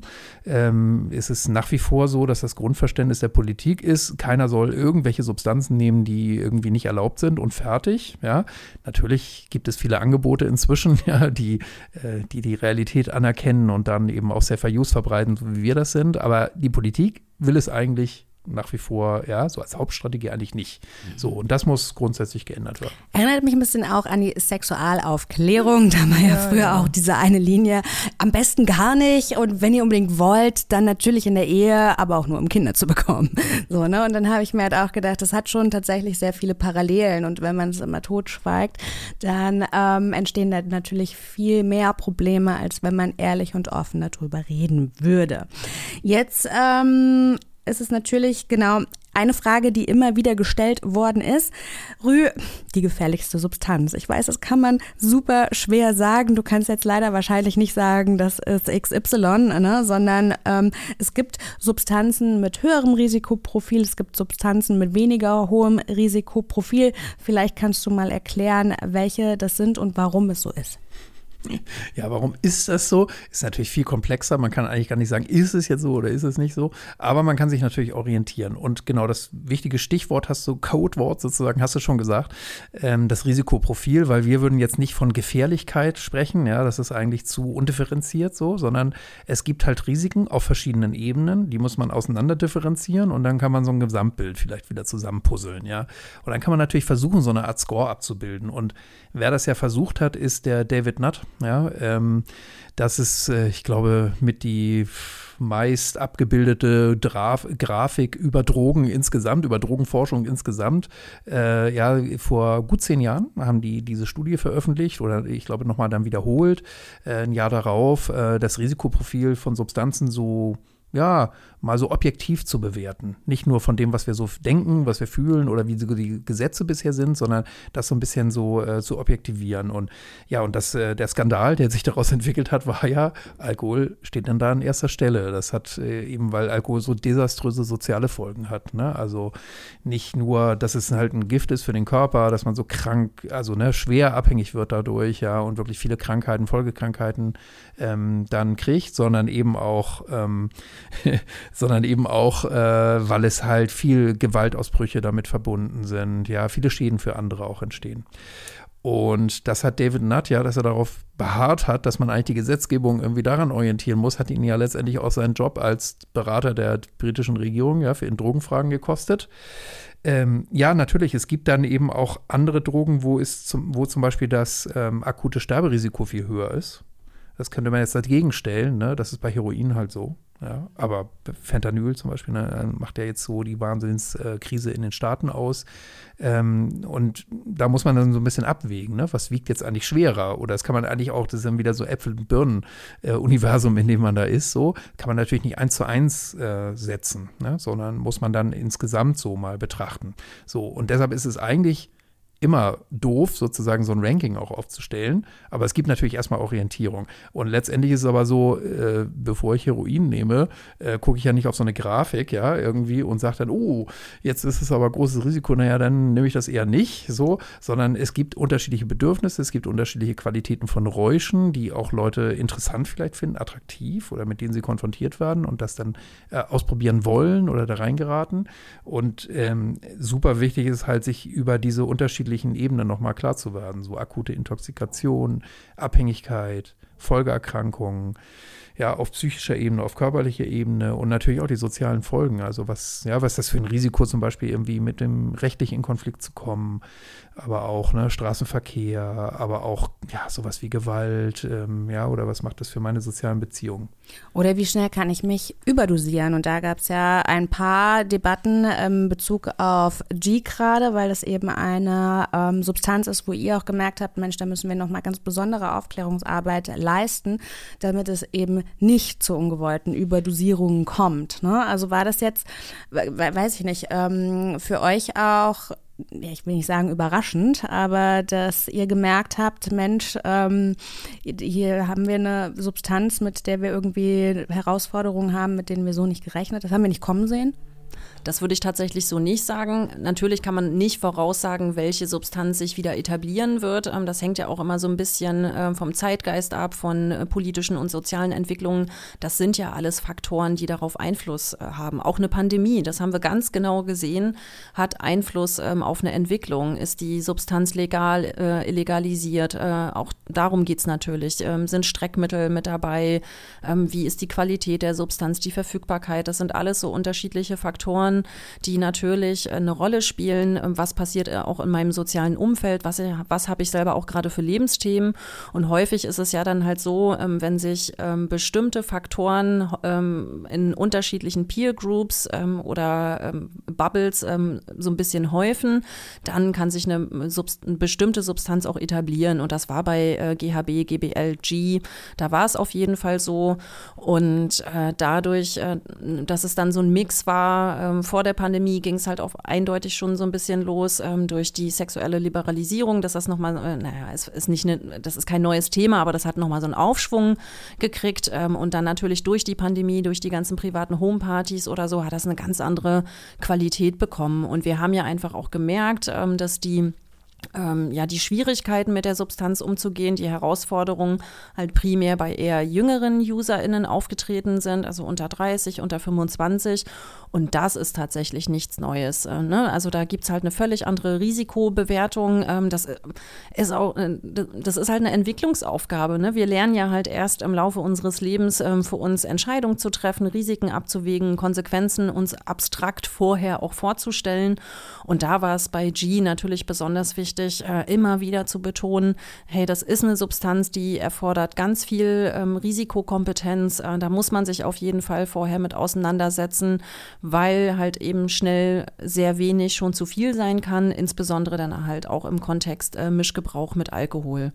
Es ist nach wie vor so, dass das Grundverständnis der Politik ist, keiner soll irgendwelche Substanzen nehmen, die irgendwie nicht erlaubt sind und fertig. Ja. Natürlich gibt es viele Angebote inzwischen, ja, die Realität anerkennen und dann eben auch Safer Use verbreiten, so wie wir das sind. Aber die Politik will es eigentlich nach wie vor, ja, so als Hauptstrategie eigentlich nicht. So, und das muss grundsätzlich geändert werden. Erinnert mich ein bisschen auch an die Sexualaufklärung. Da war ja früher auch diese eine Linie, am besten gar nicht und wenn ihr unbedingt wollt, dann natürlich in der Ehe, aber auch nur um Kinder zu bekommen. So, ne? Und dann habe ich mir halt auch gedacht, das hat schon tatsächlich sehr viele Parallelen und wenn man es immer totschweigt, dann entstehen da natürlich viel mehr Probleme, als wenn man ehrlich und offen darüber reden würde. Jetzt ist es natürlich genau eine Frage, die immer wieder gestellt worden ist. Rü, die gefährlichste Substanz. Ich weiß, das kann man super schwer sagen. Du kannst jetzt leider wahrscheinlich nicht sagen, das ist XY, ne? Sondern es gibt Substanzen mit höherem Risikoprofil, es gibt Substanzen mit weniger hohem Risikoprofil. Vielleicht kannst du mal erklären, welche das sind und warum es so ist. Ja, warum ist das so? Ist natürlich viel komplexer. Man kann eigentlich gar nicht sagen, ist es jetzt so oder ist es nicht so. Aber man kann sich natürlich orientieren. Und genau das wichtige Stichwort Codewort sozusagen, hast du schon gesagt, das Risikoprofil, weil wir würden jetzt nicht von Gefährlichkeit sprechen. Ja, das ist eigentlich zu undifferenziert so, sondern es gibt halt Risiken auf verschiedenen Ebenen. Die muss man auseinander differenzieren und dann kann man so ein Gesamtbild vielleicht wieder zusammenpuzzeln. Ja, und dann kann man natürlich versuchen, so eine Art Score abzubilden. Und wer das ja versucht hat, ist der David Nutt. Ja, das ist, ich glaube, mit die meist abgebildete Grafik über Drogen insgesamt, über Drogenforschung insgesamt. Vor gut 10 Jahren haben die diese Studie veröffentlicht oder ich glaube nochmal dann wiederholt, ein Jahr darauf, das Risikoprofil von Substanzen so, ja, mal so objektiv zu bewerten. Nicht nur von dem, was wir so denken, was wir fühlen oder wie die Gesetze bisher sind, sondern das so ein bisschen so zu objektivieren. Und ja, und der Skandal, der sich daraus entwickelt hat, war ja, Alkohol steht dann da an erster Stelle. Das hat eben, weil Alkohol so desaströse soziale Folgen hat. Ne? Also nicht nur, dass es halt ein Gift ist für den Körper, dass man so krank, also schwer abhängig wird dadurch, ja, und wirklich viele Krankheiten, Folgekrankheiten dann kriegt, sondern eben auch weil es halt viel Gewaltausbrüche damit verbunden sind, ja, viele Schäden für andere auch entstehen. Und das hat David Nutt ja, dass er darauf beharrt hat, dass man eigentlich die Gesetzgebung irgendwie daran orientieren muss, hat ihn ja letztendlich auch seinen Job als Berater der britischen Regierung für Drogenfragen gekostet. Ja, natürlich, es gibt dann eben auch andere Drogen, wo zum Beispiel das akute Sterberisiko viel höher ist. Das könnte man jetzt dagegen stellen, ne? Das ist bei Heroin halt so. Ja? Aber Fentanyl zum Beispiel, ne, macht ja jetzt so die Wahnsinnskrise in den Staaten aus. Und da muss man dann so ein bisschen abwägen, ne? Was wiegt jetzt eigentlich schwerer? Oder das kann man eigentlich auch, das ist dann wieder so Äpfel-Birnen-Universum, in dem man da ist, so. Kann man natürlich nicht 1:1 setzen, ne? Sondern muss man dann insgesamt so mal betrachten. So, und deshalb ist es eigentlich immer doof, sozusagen so ein Ranking auch aufzustellen. Aber es gibt natürlich erstmal Orientierung. Und letztendlich ist es aber so, bevor ich Heroin nehme, gucke ich ja nicht auf so eine Grafik, ja, irgendwie und sage dann, oh, jetzt ist es aber großes Risiko, naja, dann nehme ich das eher nicht, so, sondern es gibt unterschiedliche Bedürfnisse, es gibt unterschiedliche Qualitäten von Räuschen, die auch Leute interessant vielleicht finden, attraktiv oder mit denen sie konfrontiert werden und das dann ausprobieren wollen oder da reingeraten. Und super wichtig ist halt, sich über diese unterschiedlichen Ebenen nochmal klar zu werden. So akute Intoxikation, Abhängigkeit, Folgeerkrankungen, ja, auf psychischer Ebene, auf körperlicher Ebene und natürlich auch die sozialen Folgen. Also was das für ein Risiko zum Beispiel irgendwie mit dem rechtlich in Konflikt zu kommen, aber auch Straßenverkehr, aber auch sowas wie Gewalt, oder was macht das für meine sozialen Beziehungen? Oder wie schnell kann ich mich überdosieren? Und da gab es ja ein paar Debatten in Bezug auf G gerade, weil das eben eine Substanz ist, wo ihr auch gemerkt habt, Mensch, da müssen wir nochmal ganz besondere Aufklärungsarbeit leisten, damit es eben nicht zu ungewollten Überdosierungen kommt. Ne? Also war das jetzt, weiß ich nicht, für euch auch, ich will nicht sagen überraschend, aber dass ihr gemerkt habt, Mensch, hier haben wir eine Substanz, mit der wir irgendwie Herausforderungen haben, mit denen wir so nicht gerechnet, das haben wir nicht kommen sehen? Das würde ich tatsächlich so nicht sagen. Natürlich kann man nicht voraussagen, welche Substanz sich wieder etablieren wird. Das hängt ja auch immer so ein bisschen vom Zeitgeist ab, von politischen und sozialen Entwicklungen. Das sind ja alles Faktoren, die darauf Einfluss haben. Auch eine Pandemie, das haben wir ganz genau gesehen, hat Einfluss auf eine Entwicklung. Ist die Substanz legal, illegalisiert? Auch darum geht es natürlich. Sind Streckmittel mit dabei? Wie ist die Qualität der Substanz, die Verfügbarkeit? Das sind alles so unterschiedliche Faktoren, die natürlich eine Rolle spielen. Was passiert auch in meinem sozialen Umfeld? Was habe ich selber auch gerade für Lebensthemen? Und häufig ist es ja dann halt so, wenn sich bestimmte Faktoren in unterschiedlichen Peer Groups oder Bubbles so ein bisschen häufen, dann kann sich eine bestimmte Substanz auch etablieren. Und das war bei GHB, GBL, G. Da war es auf jeden Fall so. Und dadurch, dass es dann so ein Mix war, vor der Pandemie ging es halt auch eindeutig schon so ein bisschen los durch die sexuelle Liberalisierung, dass das nochmal, das ist kein neues Thema, aber das hat nochmal so einen Aufschwung gekriegt und dann natürlich durch die Pandemie, durch die ganzen privaten Homepartys oder so, hat das eine ganz andere Qualität bekommen. Und wir haben ja einfach auch gemerkt, dass die Schwierigkeiten mit der Substanz umzugehen, die Herausforderungen halt primär bei eher jüngeren UserInnen aufgetreten sind, also unter 30, unter 25. Und das ist tatsächlich nichts Neues. Also da gibt es halt eine völlig andere Risikobewertung. Das ist halt eine Entwicklungsaufgabe. Ne? Wir lernen ja halt erst im Laufe unseres Lebens für uns Entscheidungen zu treffen, Risiken abzuwägen, Konsequenzen uns abstrakt vorher auch vorzustellen. Und da war es bei G natürlich besonders wichtig, immer wieder zu betonen, hey, das ist eine Substanz, die erfordert ganz viel Risikokompetenz. Da muss man sich auf jeden Fall vorher mit auseinandersetzen, weil halt eben schnell sehr wenig schon zu viel sein kann, insbesondere dann halt auch im Kontext Mischgebrauch mit Alkohol.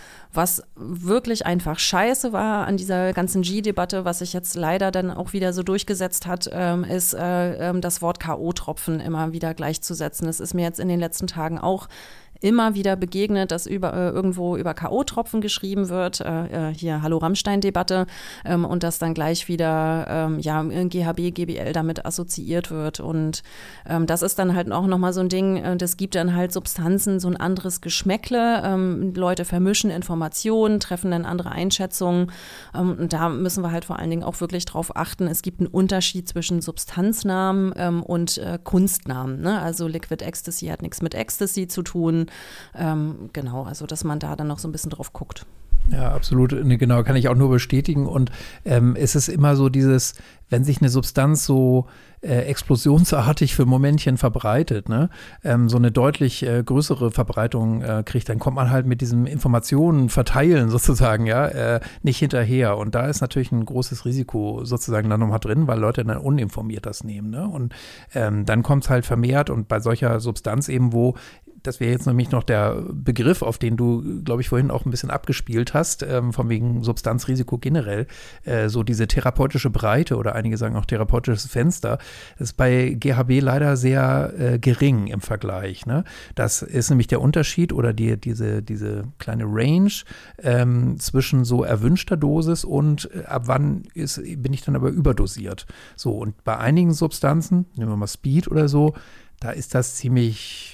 Was wirklich einfach scheiße war an dieser ganzen G-Debatte, was sich jetzt leider dann auch wieder so durchgesetzt hat, ist das Wort K.O.-Tropfen immer wieder gleichzusetzen. Das ist mir jetzt in den letzten Tagen auch immer wieder begegnet, dass irgendwo über K.O.-Tropfen geschrieben wird, hier Hallo-Rammstein-Debatte, und dass dann gleich wieder GHB, GBL damit assoziiert wird. Und das ist dann halt auch nochmal so ein Ding, das gibt dann halt Substanzen so ein anderes Geschmäckle. Leute vermischen Informationen Informationen, treffen dann andere Einschätzungen. Und da müssen wir halt vor allen Dingen auch wirklich drauf achten. Es gibt einen Unterschied zwischen Substanznamen und Kunstnamen. Ne? Also Liquid Ecstasy hat nichts mit Ecstasy zu tun. Genau, also dass man da dann noch so ein bisschen drauf guckt. Ja, absolut. Genau, kann ich auch nur bestätigen. Und es ist immer so dieses, wenn sich eine Substanz so explosionsartig für Momentchen verbreitet, ne, so eine deutlich größere Verbreitung kriegt, dann kommt man halt mit diesem Informationen verteilen sozusagen, ja, nicht hinterher. Und da ist natürlich ein großes Risiko sozusagen dann nochmal drin, weil Leute dann uninformiert das nehmen. Ne? Und dann kommt es halt vermehrt und bei solcher Substanz eben, wo das wäre jetzt nämlich noch der Begriff, auf den du, glaube ich, vorhin auch ein bisschen abgespielt hast, von wegen Substanzrisiko generell, so diese therapeutische Breite oder einige sagen auch therapeutisches Fenster, das ist bei GHB leider sehr gering im Vergleich. Ne? Das ist nämlich der Unterschied oder diese kleine Range zwischen so erwünschter Dosis und ab wann bin ich dann aber überdosiert. So, und bei einigen Substanzen, nehmen wir mal Speed oder so, da ist das ziemlich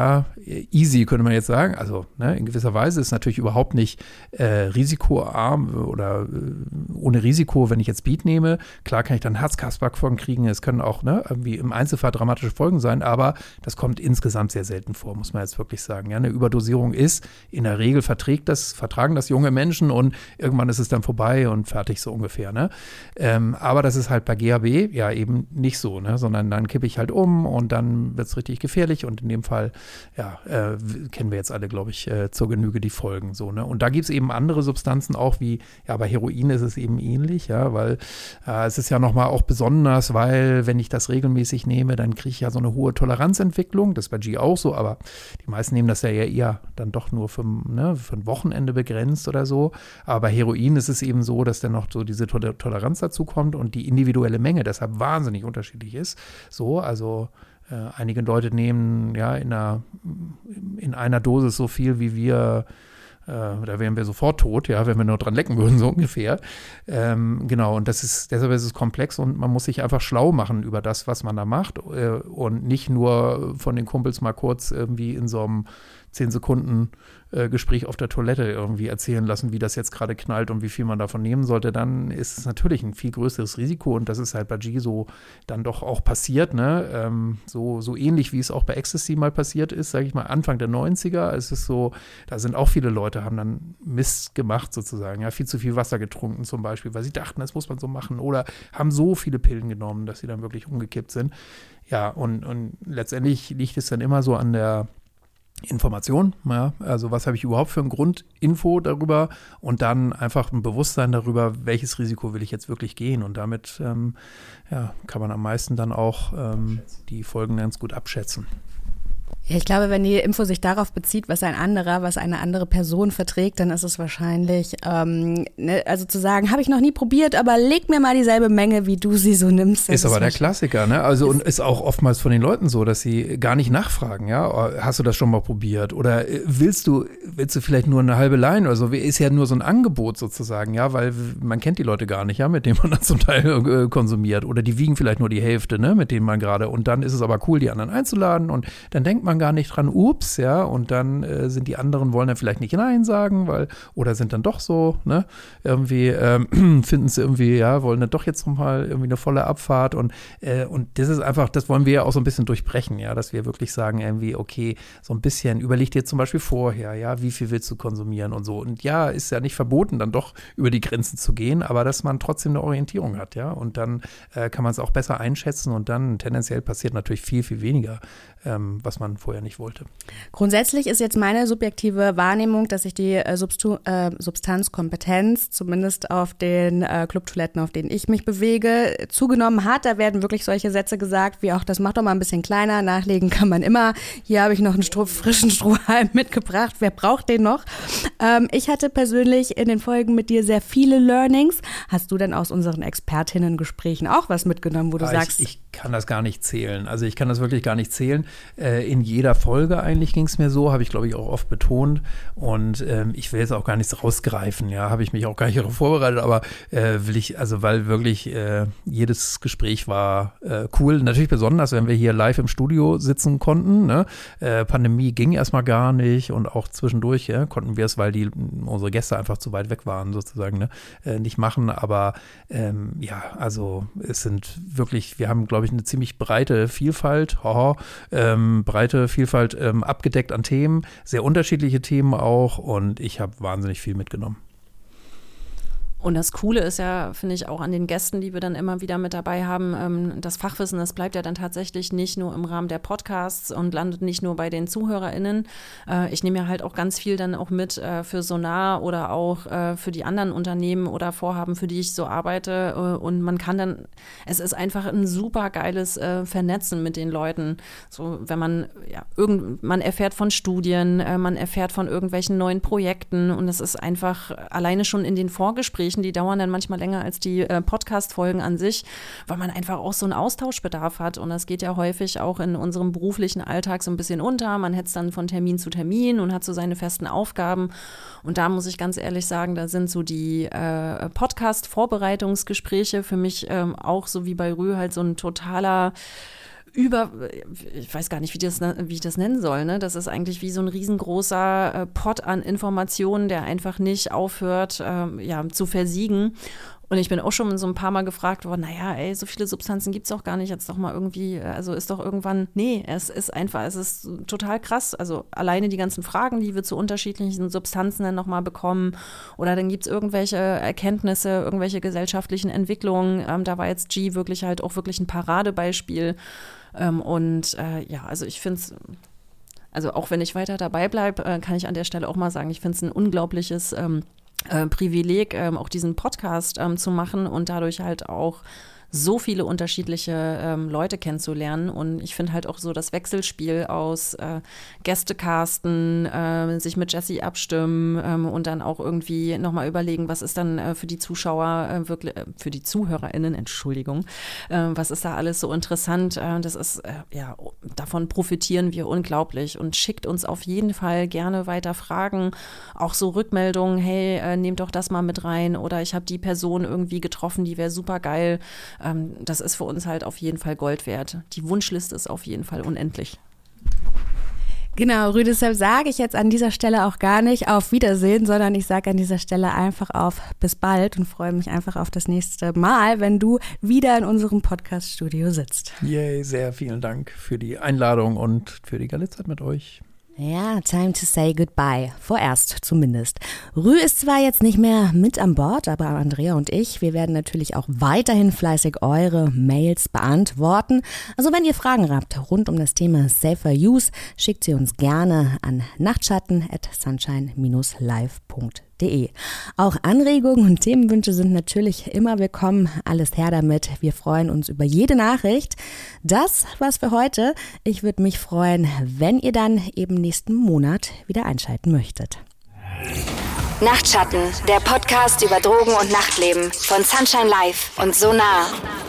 easy, könnte man jetzt sagen. Also in gewisser Weise ist es natürlich überhaupt nicht risikoarm oder ohne Risiko, wenn ich jetzt Speed nehme. Klar kann ich dann Herz-Kasperk-Folgen kriegen. Es können auch irgendwie im Einzelfall dramatische Folgen sein, aber das kommt insgesamt sehr selten vor, muss man jetzt wirklich sagen. Ja, eine Überdosierung ist, in der Regel vertragen das junge Menschen und irgendwann ist es dann vorbei und fertig so ungefähr. Ne? Aber das ist halt bei GHB ja eben nicht so, ne? Sondern dann kippe ich halt um und dann wird es richtig gefährlich und in dem Fall kennen wir jetzt alle, glaube ich, zur Genüge die Folgen. So, ne? Und da gibt es eben andere Substanzen auch wie, ja, bei Heroin ist es eben ähnlich, ja, weil es ist ja nochmal auch besonders, weil wenn ich das regelmäßig nehme, dann kriege ich ja so eine hohe Toleranzentwicklung. Das ist bei G auch so, aber die meisten nehmen das ja eher dann doch nur für ein Wochenende begrenzt oder so. Aber bei Heroin ist es eben so, dass dann noch so diese Toleranz dazu kommt und die individuelle Menge deshalb wahnsinnig unterschiedlich ist. So, also einige Leute nehmen ja in einer Dosis so viel wie wir, da wären wir sofort tot, ja, wenn wir nur dran lecken würden, so ungefähr. Genau, und deshalb ist es komplex und man muss sich einfach schlau machen über das, was man da macht und nicht nur von den Kumpels mal kurz irgendwie in so einem 10 Sekunden Gespräch auf der Toilette irgendwie erzählen lassen, wie das jetzt gerade knallt und wie viel man davon nehmen sollte, dann ist es natürlich ein viel größeres Risiko und das ist halt bei G so dann doch auch passiert, ne? So ähnlich wie es auch bei Ecstasy mal passiert ist, sage ich mal, Anfang der 90er. Es ist so, da sind auch viele Leute, haben dann Mist gemacht sozusagen, ja, viel zu viel Wasser getrunken zum Beispiel, weil sie dachten, das muss man so machen oder haben so viele Pillen genommen, dass sie dann wirklich umgekippt sind. Ja, und letztendlich liegt es dann immer so an der Information, ja, also was habe ich überhaupt für ein Grundinfo darüber und dann einfach ein Bewusstsein darüber, welches Risiko will ich jetzt wirklich gehen und damit kann man am meisten dann auch die Folgen ganz gut abschätzen. Ja, ich glaube, wenn die Info sich darauf bezieht, was eine andere Person verträgt, dann ist es wahrscheinlich, also zu sagen, habe ich noch nie probiert, aber leg mir mal dieselbe Menge, wie du sie so nimmst. Ist aber der Klassiker, ne? Also und ist auch oftmals von den Leuten so, dass sie gar nicht nachfragen, ja? Hast du das schon mal probiert? Oder willst du vielleicht nur eine halbe Line oder so? Ist ja nur so ein Angebot sozusagen, ja? Weil man kennt die Leute gar nicht, ja, mit denen man dann zum Teil konsumiert. Oder die wiegen vielleicht nur die Hälfte, ne, mit denen man gerade. Und dann ist es aber cool, die anderen einzuladen und dann denkt man gar nicht dran, ups, ja, und dann sind die anderen, wollen dann vielleicht nicht Nein sagen, oder sind dann doch so, ne, irgendwie finden sie irgendwie, ja, wollen dann doch jetzt nochmal irgendwie eine volle Abfahrt und das ist einfach, das wollen wir ja auch so ein bisschen durchbrechen, ja, dass wir wirklich sagen irgendwie, okay, so ein bisschen, überleg dir zum Beispiel vorher, ja, wie viel willst du konsumieren und so und ja, ist ja nicht verboten, dann doch über die Grenzen zu gehen, aber dass man trotzdem eine Orientierung hat, ja, und dann kann man es auch besser einschätzen und dann tendenziell passiert natürlich viel, viel weniger, was man vorher nicht wollte. Grundsätzlich ist jetzt meine subjektive Wahrnehmung, dass sich die Substanzkompetenz zumindest auf den Clubtoiletten, auf denen ich mich bewege, zugenommen hat. Da werden wirklich solche Sätze gesagt, wie auch, das macht doch mal ein bisschen kleiner, nachlegen kann man immer. Hier habe ich noch einen frischen Strohhalm mitgebracht, wer braucht den noch? Ich hatte persönlich in den Folgen mit dir sehr viele Learnings. Hast du denn aus unseren Expertinnen-Gesprächen auch was mitgenommen, wo du sagst? Ich kann das gar nicht zählen. Also ich kann das wirklich gar nicht zählen. In jeder Folge eigentlich ging es mir so, habe ich glaube ich auch oft betont. Und ich will jetzt auch gar nichts rausgreifen, ja, habe ich mich auch gar nicht darauf vorbereitet, aber weil wirklich jedes Gespräch war cool. Natürlich besonders, wenn wir hier live im Studio sitzen konnten. Ne? Pandemie ging erstmal gar nicht und auch zwischendurch konnten wir es, weil unsere Gäste einfach zu weit weg waren sozusagen, ne? Nicht machen. Aber also es sind wirklich, wir haben glaube ich eine ziemlich breite Vielfalt, abgedeckt an Themen, sehr unterschiedliche Themen auch und ich habe wahnsinnig viel mitgenommen. Und das Coole ist ja, finde ich, auch an den Gästen, die wir dann immer wieder mit dabei haben, das Fachwissen, das bleibt ja dann tatsächlich nicht nur im Rahmen der Podcasts und landet nicht nur bei den ZuhörerInnen. Ich nehme ja halt auch ganz viel dann auch mit für Sonar oder auch für die anderen Unternehmen oder Vorhaben, für die ich so arbeite. Und man kann dann, es ist einfach ein super geiles Vernetzen mit den Leuten. So, wenn man, man erfährt von Studien, man erfährt von irgendwelchen neuen Projekten und es ist einfach alleine schon in den Vorgesprächen, die dauern dann manchmal länger als die Podcast-Folgen an sich, weil man einfach auch so einen Austauschbedarf hat. Und das geht ja häufig auch in unserem beruflichen Alltag so ein bisschen unter. Man hetzt dann von Termin zu Termin und hat so seine festen Aufgaben. Und da muss ich ganz ehrlich sagen, da sind so die Podcast-Vorbereitungsgespräche für mich auch so wie bei Rü halt so ein totaler ich weiß gar nicht, wie ich das nennen soll, ne? Das ist eigentlich wie so ein riesengroßer Pot an Informationen, der einfach nicht aufhört, zu versiegen. Und ich bin auch schon so ein paar Mal gefragt worden, so viele Substanzen gibt es auch gar nicht, jetzt doch mal irgendwie, also ist doch irgendwann, es ist total krass. Also alleine die ganzen Fragen, die wir zu unterschiedlichen Substanzen dann nochmal bekommen oder dann gibt es irgendwelche Erkenntnisse, irgendwelche gesellschaftlichen Entwicklungen. Da war jetzt G wirklich halt auch wirklich ein Paradebeispiel. Also ich finde es, also auch wenn ich weiter dabei bleibe, kann ich an der Stelle auch mal sagen, ich finde es ein unglaubliches Privileg, auch diesen Podcast zu machen und dadurch halt auch so viele unterschiedliche Leute kennenzulernen. Und ich finde halt auch so das Wechselspiel aus Gästecasten, sich mit Jessie abstimmen und dann auch irgendwie nochmal überlegen, was ist dann für die Zuschauer, für die ZuhörerInnen, Entschuldigung, was ist da alles so interessant. Das ist, davon profitieren wir unglaublich und schickt uns auf jeden Fall gerne weiter Fragen, auch so Rückmeldungen, hey, nehmt doch das mal mit rein oder ich habe die Person irgendwie getroffen, die wäre super geil. Das ist für uns halt auf jeden Fall Gold wert. Die Wunschliste ist auf jeden Fall unendlich. Genau, Rü, deshalb sage ich jetzt an dieser Stelle auch gar nicht auf Wiedersehen, sondern ich sage an dieser Stelle einfach auf bis bald und freue mich einfach auf das nächste Mal, wenn du wieder in unserem Podcast-Studio sitzt. Yay, sehr vielen Dank für die Einladung und für die geile Zeit mit euch. Ja, time to say goodbye. Vorerst zumindest. Rü ist zwar jetzt nicht mehr mit an Bord, aber Andrea und ich, wir werden natürlich auch weiterhin fleißig eure Mails beantworten. Also wenn ihr Fragen habt rund um das Thema Safer Use, schickt sie uns gerne an nachtschatten@sunshine-live.de. Auch Anregungen und Themenwünsche sind natürlich immer willkommen. Alles her damit. Wir freuen uns über jede Nachricht. Das war's für heute. Ich würde mich freuen, wenn ihr dann eben nächsten Monat wieder einschalten möchtet. Nachtschatten, der Podcast über Drogen und Nachtleben von Sunshine Live und Sonar.